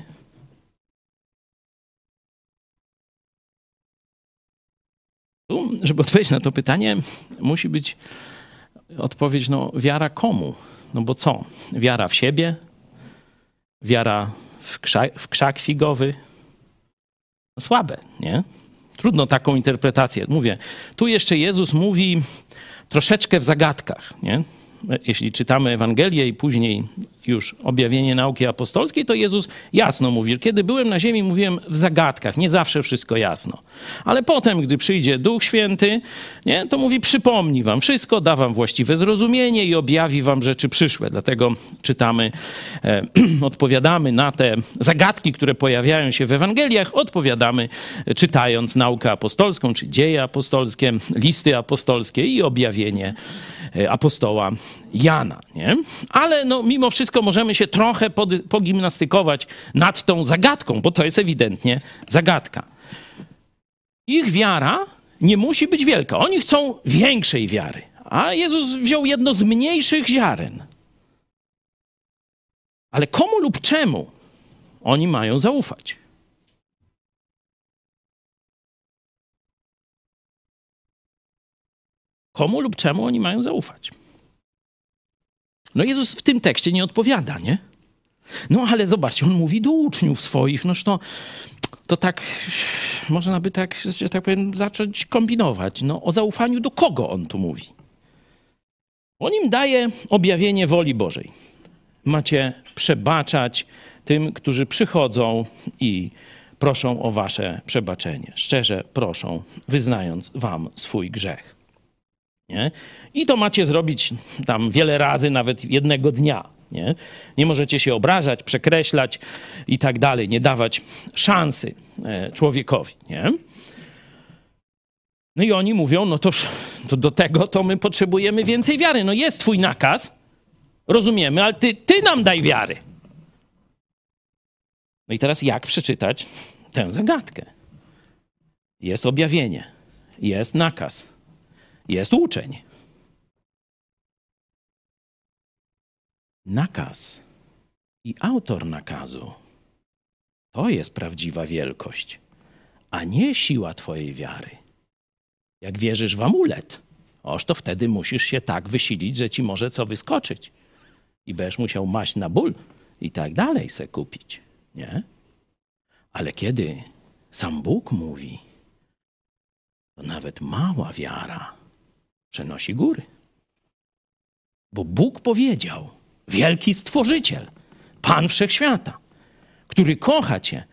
Tu, żeby odpowiedzieć na to pytanie, musi być odpowiedź, no wiara komu? No bo co? Wiara w siebie? Wiara w krzak, w krzak figowy? No słabe, nie? Trudno taką interpretację. Mówię, tu jeszcze Jezus mówi troszeczkę w zagadkach, nie? Jeśli czytamy Ewangelię i później już objawienie nauki apostolskiej, to Jezus jasno mówi, kiedy byłem na ziemi, mówiłem w zagadkach, nie zawsze wszystko jasno. Ale potem, gdy przyjdzie Duch Święty, nie, to mówi, przypomni wam wszystko, da wam właściwe zrozumienie i objawi wam rzeczy przyszłe. Dlatego czytamy, e, odpowiadamy na te zagadki, które pojawiają się w Ewangeliach, odpowiadamy czytając naukę apostolską, czy dzieje apostolskie, listy apostolskie i objawienie apostoła Jana, nie? Ale no, mimo wszystko możemy się trochę pod, pogimnastykować nad tą zagadką, bo to jest ewidentnie zagadka. Ich wiara nie musi być wielka. Oni chcą większej wiary. A Jezus wziął jedno z mniejszych ziaren. Ale komu lub czemu oni mają zaufać? Komu lub czemu oni mają zaufać? No Jezus w tym tekście nie odpowiada, nie? No ale zobaczcie, on mówi do uczniów swoich, noż to, to tak, można by tak, że tak powiem, zacząć kombinować. No o zaufaniu do kogo on tu mówi? On im daje objawienie woli Bożej. Macie przebaczać tym, którzy przychodzą i proszą o wasze przebaczenie. Szczerze proszą, wyznając wam swój grzech. Nie? I to macie zrobić tam wiele razy, nawet jednego dnia. Nie? Nie możecie się obrażać, przekreślać i tak dalej, nie dawać szansy człowiekowi. Nie? No i oni mówią, no to, to do tego to my potrzebujemy więcej wiary. No jest twój nakaz, rozumiemy, ale ty, ty nam daj wiary. No i teraz jak przeczytać tę zagadkę? Jest objawienie, jest nakaz. Jest uczeń. Nakaz i autor nakazu to jest prawdziwa wielkość, a nie siła twojej wiary. Jak wierzysz w amulet, oż to wtedy musisz się tak wysilić, że ci może co wyskoczyć. I będziesz musiał maść na ból i tak dalej se kupić, nie? Ale kiedy sam Bóg mówi, to nawet mała wiara przenosi góry. Bo Bóg powiedział, wielki Stworzyciel, Pan Wszechświata, który kocha cię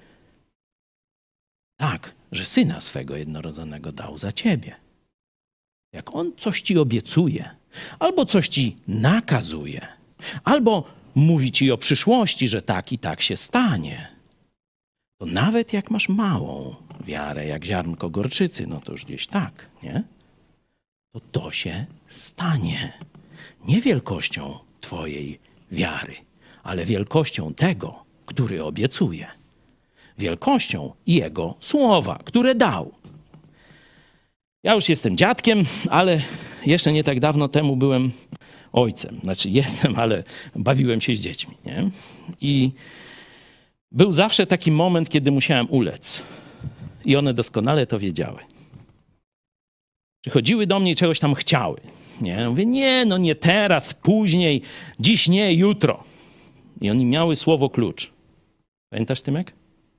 tak, że Syna swego jednorodzonego dał za ciebie. Jak On coś ci obiecuje, albo coś ci nakazuje, albo mówi ci o przyszłości, że tak i tak się stanie, to nawet jak masz małą wiarę, jak ziarnko gorczycy, no to już gdzieś tak, nie? To to się stanie. Nie wielkością twojej wiary, ale wielkością tego, który obiecuje. Wielkością Jego słowa, które dał. Ja już jestem dziadkiem, ale jeszcze nie tak dawno temu byłem ojcem. Znaczy jestem, ale bawiłem się z dziećmi, nie? I był zawsze taki moment, kiedy musiałem ulec. I one doskonale to wiedziały. Przychodziły do mnie i czegoś tam chciały. Nie? Ja mówię, nie, no nie teraz, później, dziś nie, jutro. I oni miały słowo klucz. Pamiętasz, Tymek?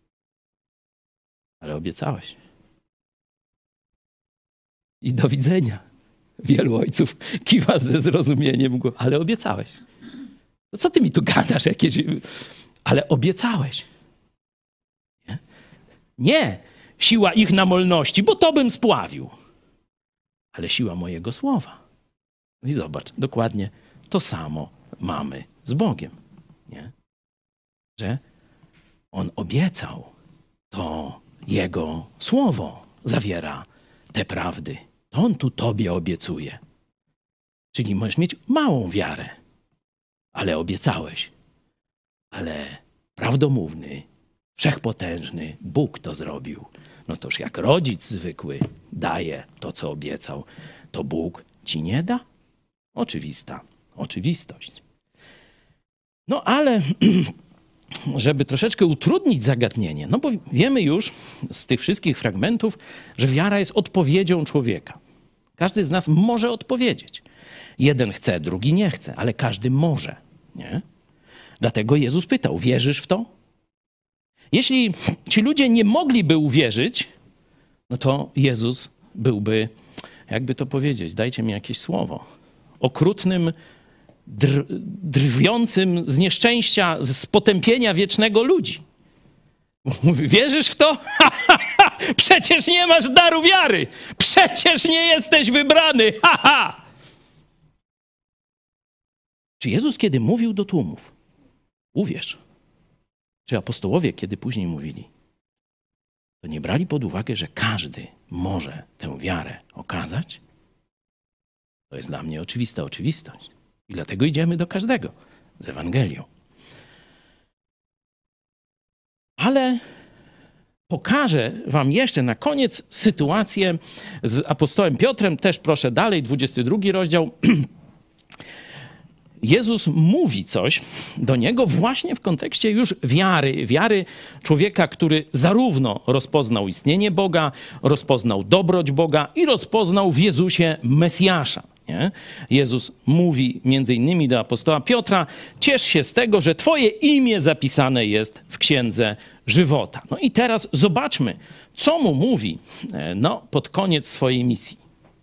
Ale obiecałeś. I do widzenia. Wielu ojców kiwa ze zrozumieniem, ale obiecałeś. No co ty mi tu gadasz jakieś... Ale obiecałeś. Nie? Nie siła ich namolności, bo to bym spławił. Ale siła mojego słowa. I zobacz, dokładnie to samo mamy z Bogiem. Nie? Że On obiecał, to Jego słowo zawiera te prawdy. To On tu tobie obiecuje. Czyli możesz mieć małą wiarę, ale obiecałeś. Ale prawdomówny, wszechpotężny Bóg to zrobił. No toż jak rodzic zwykły daje to, co obiecał, to Bóg ci nie da? Oczywista oczywistość. No ale żeby troszeczkę utrudnić zagadnienie, no bo wiemy już z tych wszystkich fragmentów, że wiara jest odpowiedzią człowieka. Każdy z nas może odpowiedzieć. Jeden chce, drugi nie chce, ale każdy może, nie? Dlatego Jezus pytał, wierzysz w to? Jeśli ci ludzie nie mogliby uwierzyć, no to Jezus byłby, jakby to powiedzieć, dajcie mi jakieś słowo, okrutnym, dr- drwiącym z nieszczęścia, z potępienia wiecznego ludzi. Mówi, wierzysz w to? Przecież nie masz daru wiary! Przecież nie jesteś wybrany! Ha, ha! Czy Jezus, kiedy mówił do tłumów, uwierz, czy apostołowie, kiedy później mówili, to nie brali pod uwagę, że każdy może tę wiarę okazać? To jest dla mnie oczywista oczywistość. I dlatego idziemy do każdego z Ewangelią. Ale pokażę wam jeszcze na koniec sytuację z apostołem Piotrem. Też proszę dalej, dwudziesty drugi rozdział. Jezus mówi coś do niego właśnie w kontekście już wiary. Wiary człowieka, który zarówno rozpoznał istnienie Boga, rozpoznał dobroć Boga i rozpoznał w Jezusie Mesjasza. Nie? Jezus mówi między innymi do apostoła Piotra, ciesz się z tego, że twoje imię zapisane jest w Księdze Żywota. No i teraz zobaczmy, co mu mówi no, pod koniec swojej misji.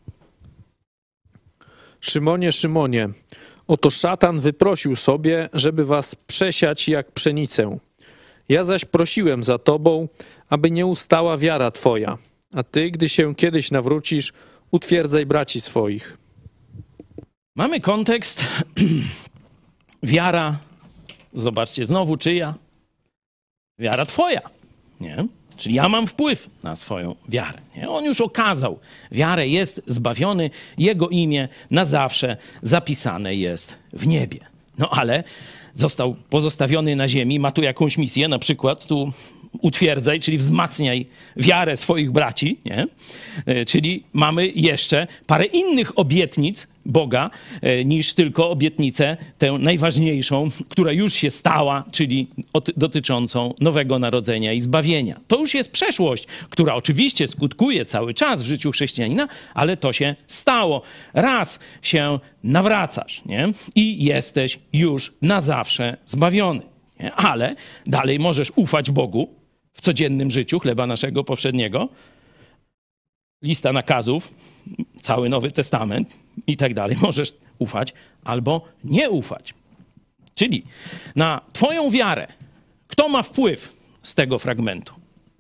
Szymonie, Szymonie, oto szatan wyprosił sobie, żeby was przesiać jak pszenicę. Ja zaś prosiłem za tobą, aby nie ustała wiara twoja. A ty, gdy się kiedyś nawrócisz, utwierdzaj braci swoich. Mamy kontekst. Wiara, zobaczcie znowu czyja? Wiara twoja, nie? Czyli ja mam wpływ na swoją wiarę. Nie? On już okazał wiarę, jest zbawiony, jego imię na zawsze zapisane jest w niebie. No ale został pozostawiony na ziemi, ma tu jakąś misję, na przykład tu utwierdzaj, czyli wzmacniaj wiarę swoich braci, nie? Czyli mamy jeszcze parę innych obietnic Boga niż tylko obietnicę tę najważniejszą, która już się stała, czyli dotyczącą nowego narodzenia i zbawienia. To już jest przeszłość, która oczywiście skutkuje cały czas w życiu chrześcijanina, ale to się stało. Raz się nawracasz, nie? I jesteś już na zawsze zbawiony. Nie? Ale dalej możesz ufać Bogu w codziennym życiu, chleba naszego powszedniego, lista nakazów, cały Nowy Testament i tak dalej. Możesz ufać albo nie ufać. Czyli na twoją wiarę, kto ma wpływ z tego fragmentu?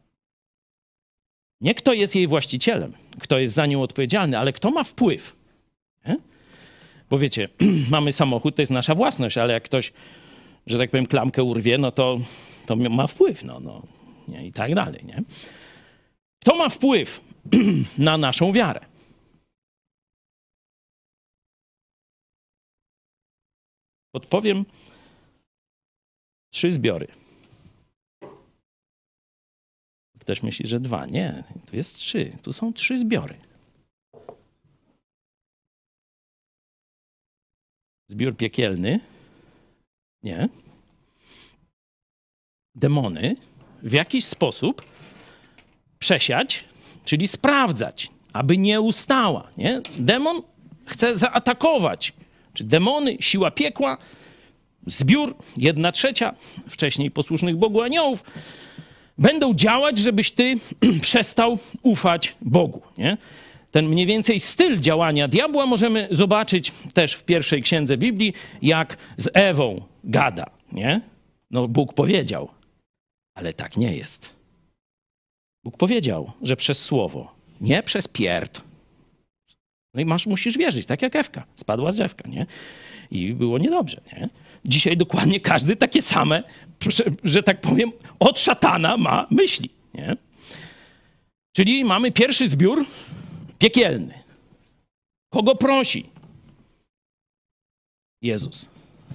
Nie kto jest jej właścicielem, kto jest za nią odpowiedzialny, ale kto ma wpływ. Nie? Bo wiecie, mamy samochód, to jest nasza własność, ale jak ktoś, że tak powiem, klamkę urwie, no to, to ma wpływ, no, no nie? I tak dalej. Nie? Kto ma wpływ na naszą wiarę? Odpowiem trzy zbiory. Ktoś myśli, że dwa. Nie, tu jest trzy. Tu są trzy zbiory. Zbiór piekielny. Nie. Demony w jakiś sposób przesiać, czyli sprawdzać, aby nie ustała. Nie? Demon chce zaatakować. Czy demony, siła piekła, zbiór, jedna trzecia, wcześniej posłusznych Bogu aniołów, będą działać, żebyś ty przestał ufać Bogu. Nie? Ten mniej więcej styl działania diabła możemy zobaczyć też w pierwszej księdze Biblii, jak z Ewą gada. Nie? No Bóg powiedział, ale tak nie jest. Bóg powiedział, że przez słowo, nie przez pierd. No i masz, musisz wierzyć, tak jak Ewka. Spadła z drzewka, nie? I było niedobrze, nie? Dzisiaj dokładnie każdy takie same, że, że tak powiem, od szatana ma myśli, nie? Czyli mamy pierwszy zbiór piekielny. Kogo prosi? Jezus.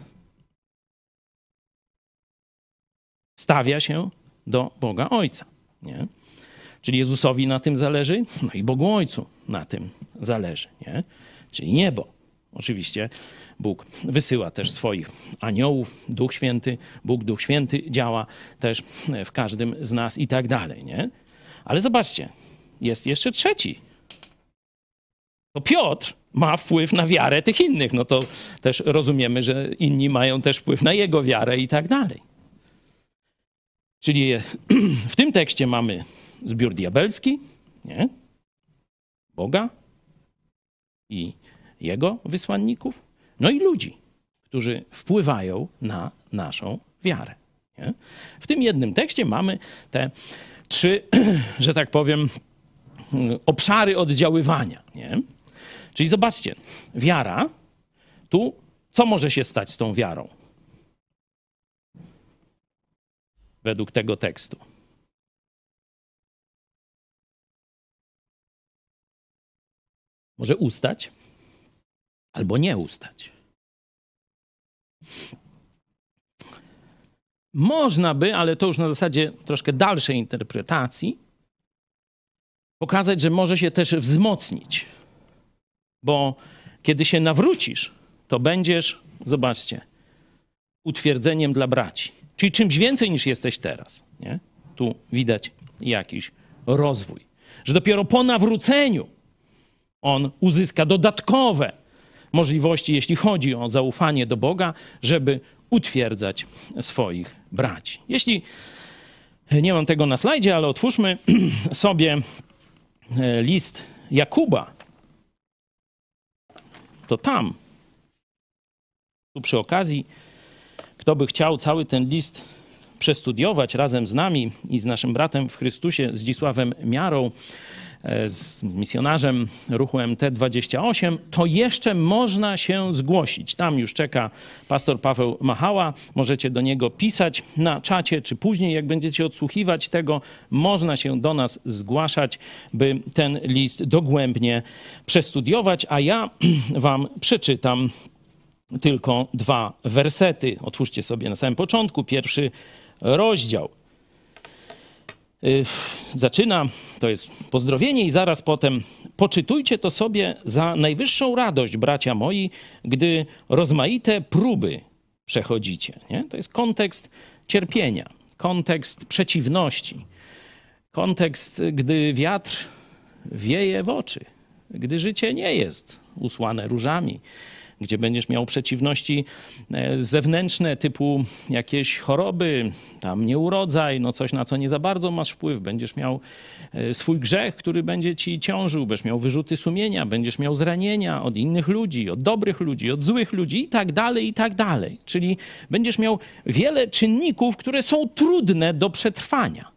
Stawia się do Boga Ojca, nie? Czyli Jezusowi na tym zależy, no i Bogu Ojcu na tym zależy, nie? Czyli niebo. Oczywiście Bóg wysyła też swoich aniołów, Duch Święty, Bóg, Duch Święty działa też w każdym z nas i tak dalej, nie? Ale zobaczcie, jest jeszcze trzeci. To Piotr ma wpływ na wiarę tych innych, no to też rozumiemy, że inni mają też wpływ na jego wiarę i tak dalej. Czyli w tym tekście mamy zbiór diabelski, nie? Boga i jego wysłanników, no i ludzi, którzy wpływają na naszą wiarę. Nie? W tym jednym tekście mamy te trzy, że tak powiem, obszary oddziaływania. Nie? Czyli zobaczcie, wiara, tu co może się stać z tą wiarą? Według tego tekstu. Może ustać, albo nie ustać. Można by, ale to już na zasadzie troszkę dalszej interpretacji, pokazać, że może się też wzmocnić. Bo kiedy się nawrócisz, to będziesz, zobaczcie, utwierdzeniem dla braci. Czyli czymś więcej niż jesteś teraz. Nie? Tu widać jakiś rozwój. Że dopiero po nawróceniu on uzyska dodatkowe możliwości, jeśli chodzi o zaufanie do Boga, żeby utwierdzać swoich braci. Jeśli nie mam tego na slajdzie, ale otwórzmy sobie list Jakuba, to tam, tu przy okazji, kto by chciał cały ten list przestudiować razem z nami i z naszym bratem w Chrystusie, Zdzisławem Miarą, z misjonarzem ruchu M T dwadzieścia osiem, to jeszcze można się zgłosić. Tam już czeka pastor Paweł Machała. Możecie do niego pisać na czacie, czy później, jak będziecie odsłuchiwać tego, można się do nas zgłaszać, by ten list dogłębnie przestudiować, a ja wam przeczytam tylko dwa wersety. Otwórzcie sobie na samym początku pierwszy rozdział. Zaczyna to jest pozdrowienie i zaraz potem poczytujcie to sobie za najwyższą radość, bracia moi, gdy rozmaite próby przechodzicie. Nie? To jest kontekst cierpienia, kontekst przeciwności, kontekst, gdy wiatr wieje w oczy, gdy życie nie jest usłane różami, gdzie będziesz miał przeciwności zewnętrzne typu jakieś choroby, tam nieurodzaj, no coś na co nie za bardzo masz wpływ. Będziesz miał swój grzech, który będzie ci ciążył, będziesz miał wyrzuty sumienia, będziesz miał zranienia od innych ludzi, od dobrych ludzi, od złych ludzi i tak dalej, i tak dalej. Czyli będziesz miał wiele czynników, które są trudne do przetrwania.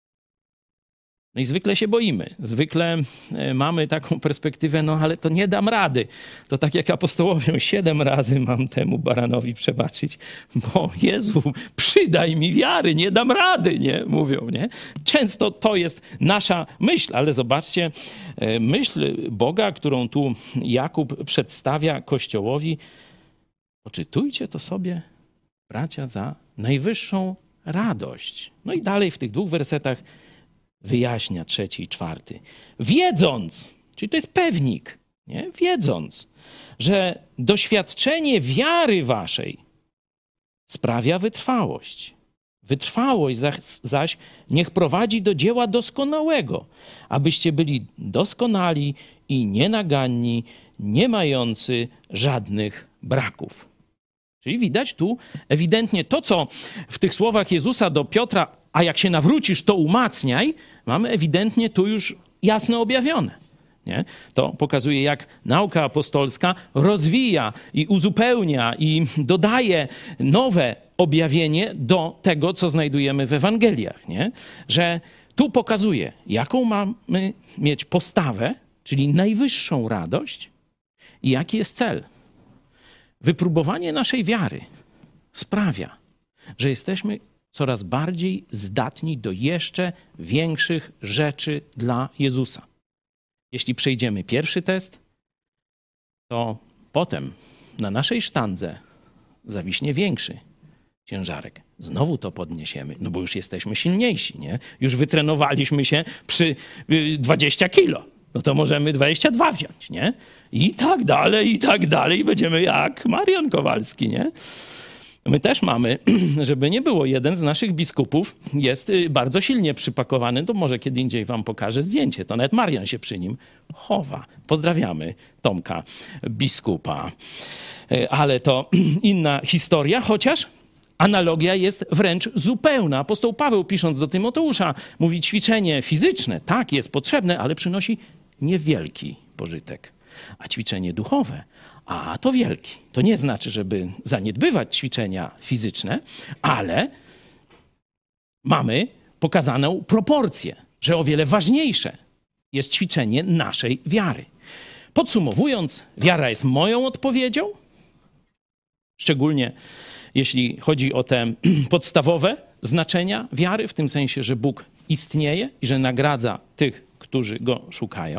No i zwykle się boimy. Zwykle mamy taką perspektywę, no ale to nie dam rady. To tak jak apostołowie, siedem razy mam temu baranowi przebaczyć, bo Jezu, przydaj mi wiary, nie dam rady, nie? Mówią, nie? Często to jest nasza myśl, ale zobaczcie, myśl Boga, którą tu Jakub przedstawia Kościołowi, poczytujcie to sobie, bracia, za najwyższą radość. No i dalej w tych dwóch wersetach wyjaśnia trzeci i czwarty. Wiedząc, czyli to jest pewnik, nie? Wiedząc, że doświadczenie wiary waszej sprawia wytrwałość. Wytrwałość zaś niech prowadzi do dzieła doskonałego, abyście byli doskonali i nienaganni, nie mający żadnych braków. Czyli widać tu ewidentnie to, co w tych słowach Jezusa do Piotra, a jak się nawrócisz, to umacniaj, mamy ewidentnie tu już jasno objawione. Nie? To pokazuje, jak nauka apostolska rozwija i uzupełnia i dodaje nowe objawienie do tego, co znajdujemy w Ewangeliach. Nie? Że tu pokazuje, jaką mamy mieć postawę, czyli najwyższą radość i jaki jest cel. Wypróbowanie naszej wiary sprawia, że jesteśmy coraz bardziej zdatni do jeszcze większych rzeczy dla Jezusa. Jeśli przejdziemy pierwszy test, to potem na naszej sztandze zawiśnie większy ciężarek. Znowu to podniesiemy, no bo już jesteśmy silniejsi, nie? Już wytrenowaliśmy się przy dwadzieścia kilo. No to możemy dwadzieścia dwa wziąć, nie? I tak dalej, i tak dalej. Będziemy jak Marian Kowalski, nie? My też mamy, żeby nie było, jeden z naszych biskupów jest bardzo silnie przypakowany. To może kiedy indziej wam pokażę zdjęcie. To nawet Marian się przy nim chowa. Pozdrawiamy Tomka, biskupa. Ale to inna historia, chociaż analogia jest wręcz zupełna. Apostoł Paweł, pisząc do Tymoteusza, mówi, ćwiczenie fizyczne, tak, jest potrzebne, ale przynosi niewielki pożytek. A ćwiczenie duchowe, a to wielki. To nie znaczy, żeby zaniedbywać ćwiczenia fizyczne, ale mamy pokazaną proporcję, że o wiele ważniejsze jest ćwiczenie naszej wiary. Podsumowując, wiara jest moją odpowiedzią, szczególnie jeśli chodzi o te podstawowe znaczenia wiary, w tym sensie, że Bóg istnieje i że nagradza tych, którzy Go szukają.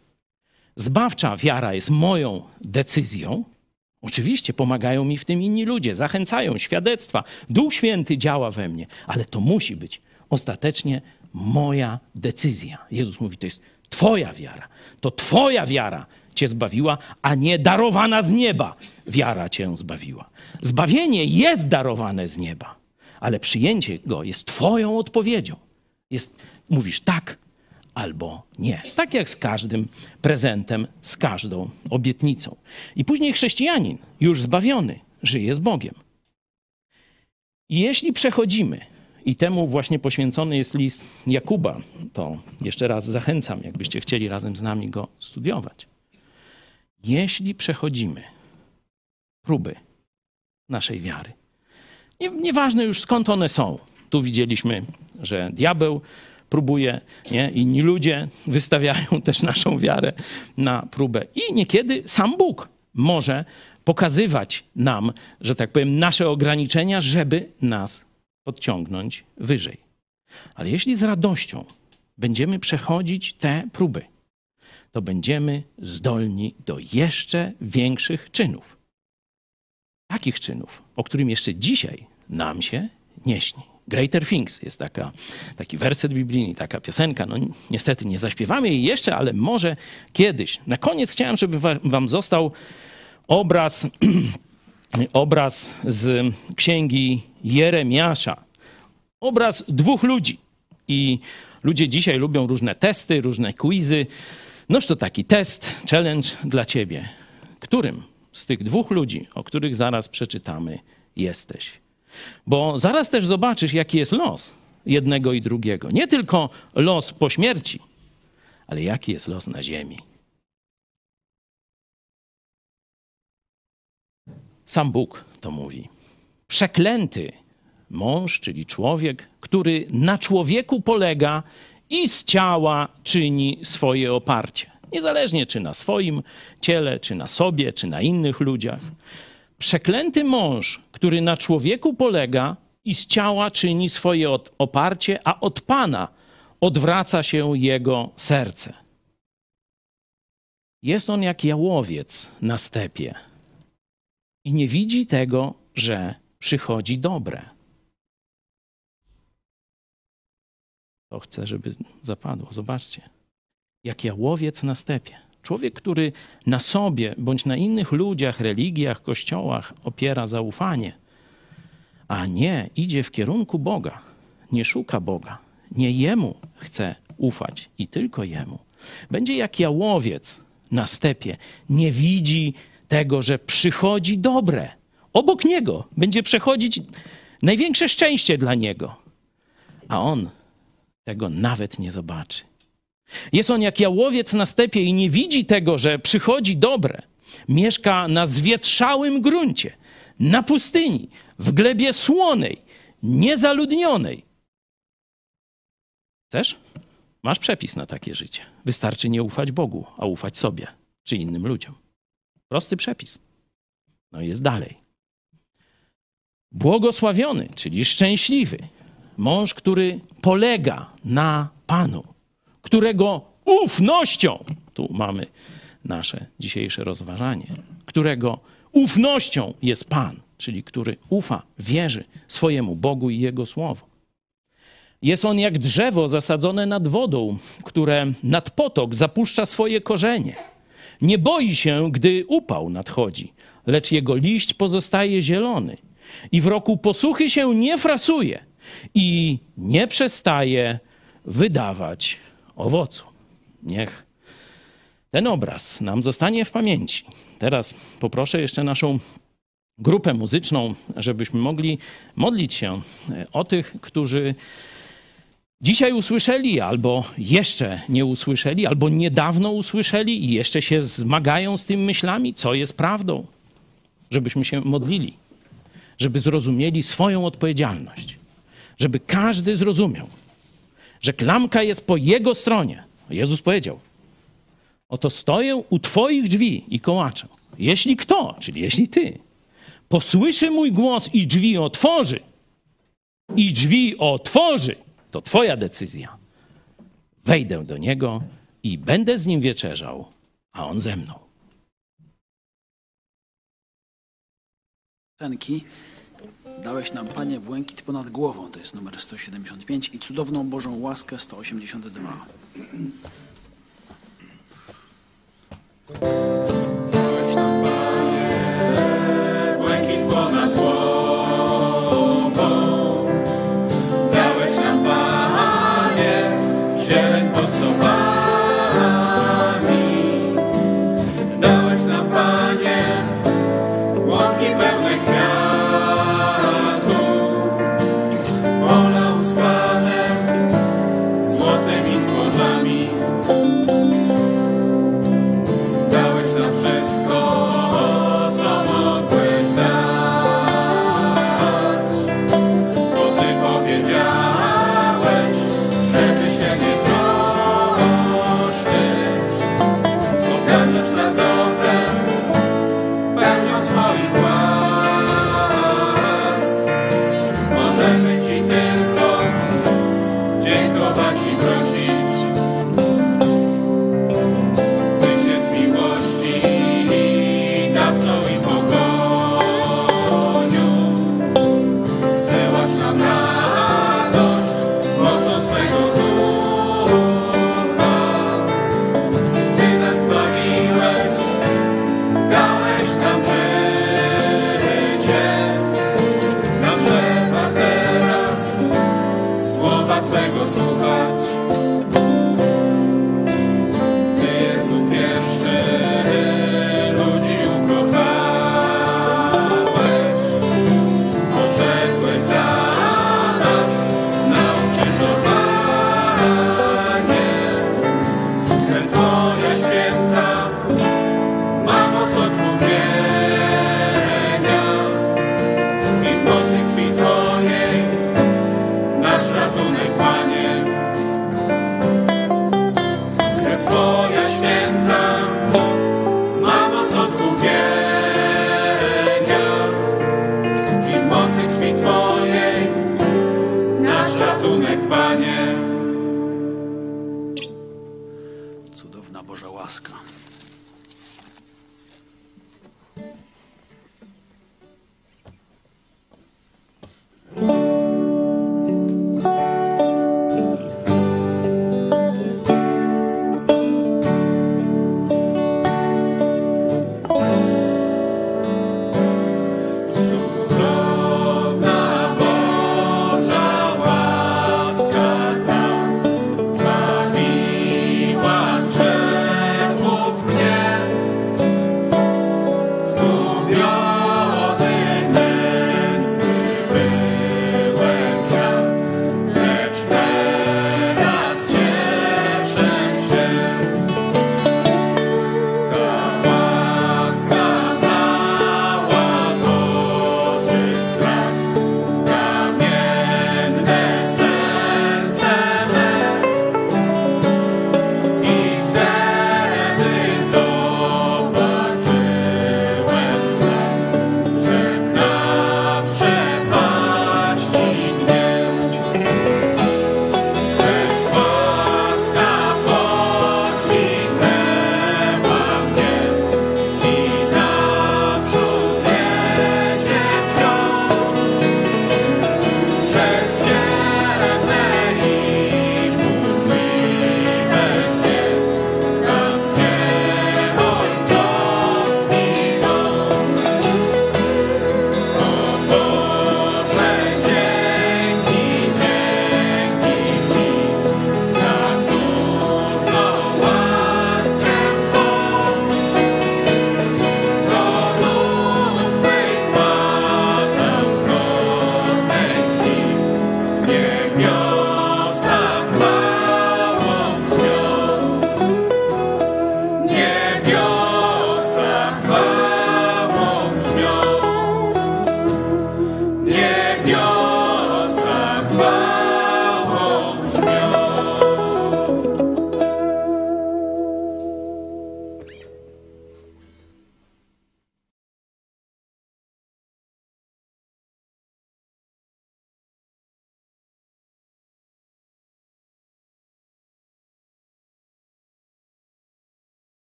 Zbawcza wiara jest moją decyzją. Oczywiście pomagają mi w tym inni ludzie, zachęcają, świadectwa. Duch Święty działa we mnie, ale to musi być ostatecznie moja decyzja. Jezus mówi, to jest twoja wiara. To twoja wiara cię zbawiła, a nie darowana z nieba wiara cię zbawiła. Zbawienie jest darowane z nieba, ale przyjęcie go jest twoją odpowiedzią. Jest, mówisz tak albo nie. Tak jak z każdym prezentem, z każdą obietnicą. I później chrześcijanin, już zbawiony, żyje z Bogiem. I jeśli przechodzimy, i temu właśnie poświęcony jest list Jakuba, to jeszcze raz zachęcam, jakbyście chcieli razem z nami go studiować. Jeśli przechodzimy próby naszej wiary, nie, nieważne już skąd one są. Tu widzieliśmy, że diabeł próbuje, nie? Inni ludzie wystawiają też naszą wiarę na próbę. I niekiedy sam Bóg może pokazywać nam, że tak powiem, nasze ograniczenia, żeby nas podciągnąć wyżej. Ale jeśli z radością będziemy przechodzić te próby, to będziemy zdolni do jeszcze większych czynów. Takich czynów, o którym jeszcze dzisiaj nam się nie śni. Greater Things jest taka, taki werset biblijny, taka piosenka. No niestety nie zaśpiewamy jej jeszcze, ale może kiedyś. Na koniec chciałem, żeby wam został obraz, obraz z księgi Jeremiasza. Obraz dwóch ludzi. I ludzie dzisiaj lubią różne testy, różne quizy. Noż to taki test, challenge dla ciebie. Którym z tych dwóch ludzi, o których zaraz przeczytamy, jesteś? Bo zaraz też zobaczysz, jaki jest los jednego i drugiego. Nie tylko los po śmierci, ale jaki jest los na ziemi. Sam Bóg to mówi. Przeklęty mąż, czyli człowiek, który na człowieku polega i z ciała czyni swoje oparcie. Niezależnie czy na swoim ciele, czy na sobie, czy na innych ludziach. Przeklęty mąż, który na człowieku polega i z ciała czyni swoje oparcie, a od Pana odwraca się jego serce. Jest on jak jałowiec na stepie i nie widzi tego, że przychodzi dobre. To chcę, żeby zapadło. Zobaczcie. Jak jałowiec na stepie. Człowiek, który na sobie bądź na innych ludziach, religiach, kościołach opiera zaufanie, a nie idzie w kierunku Boga, nie szuka Boga, nie Jemu chce ufać i tylko Jemu. Będzie jak jałowiec na stepie, nie widzi tego, że przychodzi dobre. Obok niego będzie przechodzić największe szczęście dla niego, a on tego nawet nie zobaczy. Jest on jak jałowiec na stepie i nie widzi tego, że przychodzi dobre. Mieszka na zwietrzałym gruncie, na pustyni, w glebie słonej, niezaludnionej. Chcesz? Masz przepis na takie życie. Wystarczy nie ufać Bogu, a ufać sobie czy innym ludziom. Prosty przepis. No i jest dalej. Błogosławiony, czyli szczęśliwy. Mąż, który polega na Panu, którego ufnością, tu mamy nasze dzisiejsze rozważanie, którego ufnością jest Pan, czyli który ufa, wierzy swojemu Bogu i Jego Słowu. Jest on jak drzewo zasadzone nad wodą, które nad potok zapuszcza swoje korzenie. Nie boi się, gdy upał nadchodzi, lecz jego liść pozostaje zielony i w roku posuchy się nie frasuje i nie przestaje wydawać owocu. Niech ten obraz nam zostanie w pamięci. Teraz poproszę jeszcze naszą grupę muzyczną, żebyśmy mogli modlić się o tych, którzy dzisiaj usłyszeli, albo jeszcze nie usłyszeli, albo niedawno usłyszeli i jeszcze się zmagają z tymi myślami, co jest prawdą. Żebyśmy się modlili, żeby zrozumieli swoją odpowiedzialność. Żeby każdy zrozumiał, że klamka jest po jego stronie. Jezus powiedział, oto stoję u twoich drzwi i kołaczę. Jeśli kto, czyli jeśli ty, posłyszy mój głos i drzwi otworzy, i drzwi otworzy, to twoja decyzja. Wejdę do niego i będę z nim wieczerzał, a on ze mną. Piosenki. Dałeś nam, Panie, błękit ponad głową, to jest numer sto siedemdziesiąt pięć, i cudowną Bożą łaskę sto osiemdziesiąt dwa. Dałeś nam, Panie, błękit ponad głową. Dałeś nam, Panie, zieleń pod stopami. Dałeś nam, Panie, łąki pełne kwiatów. Złotymi złożami dałeś nam wszystko, co mogłeś dać, bo Ty powiedziałeś, żeby się nie troszczyć, pokażesz nas dobrem tam, że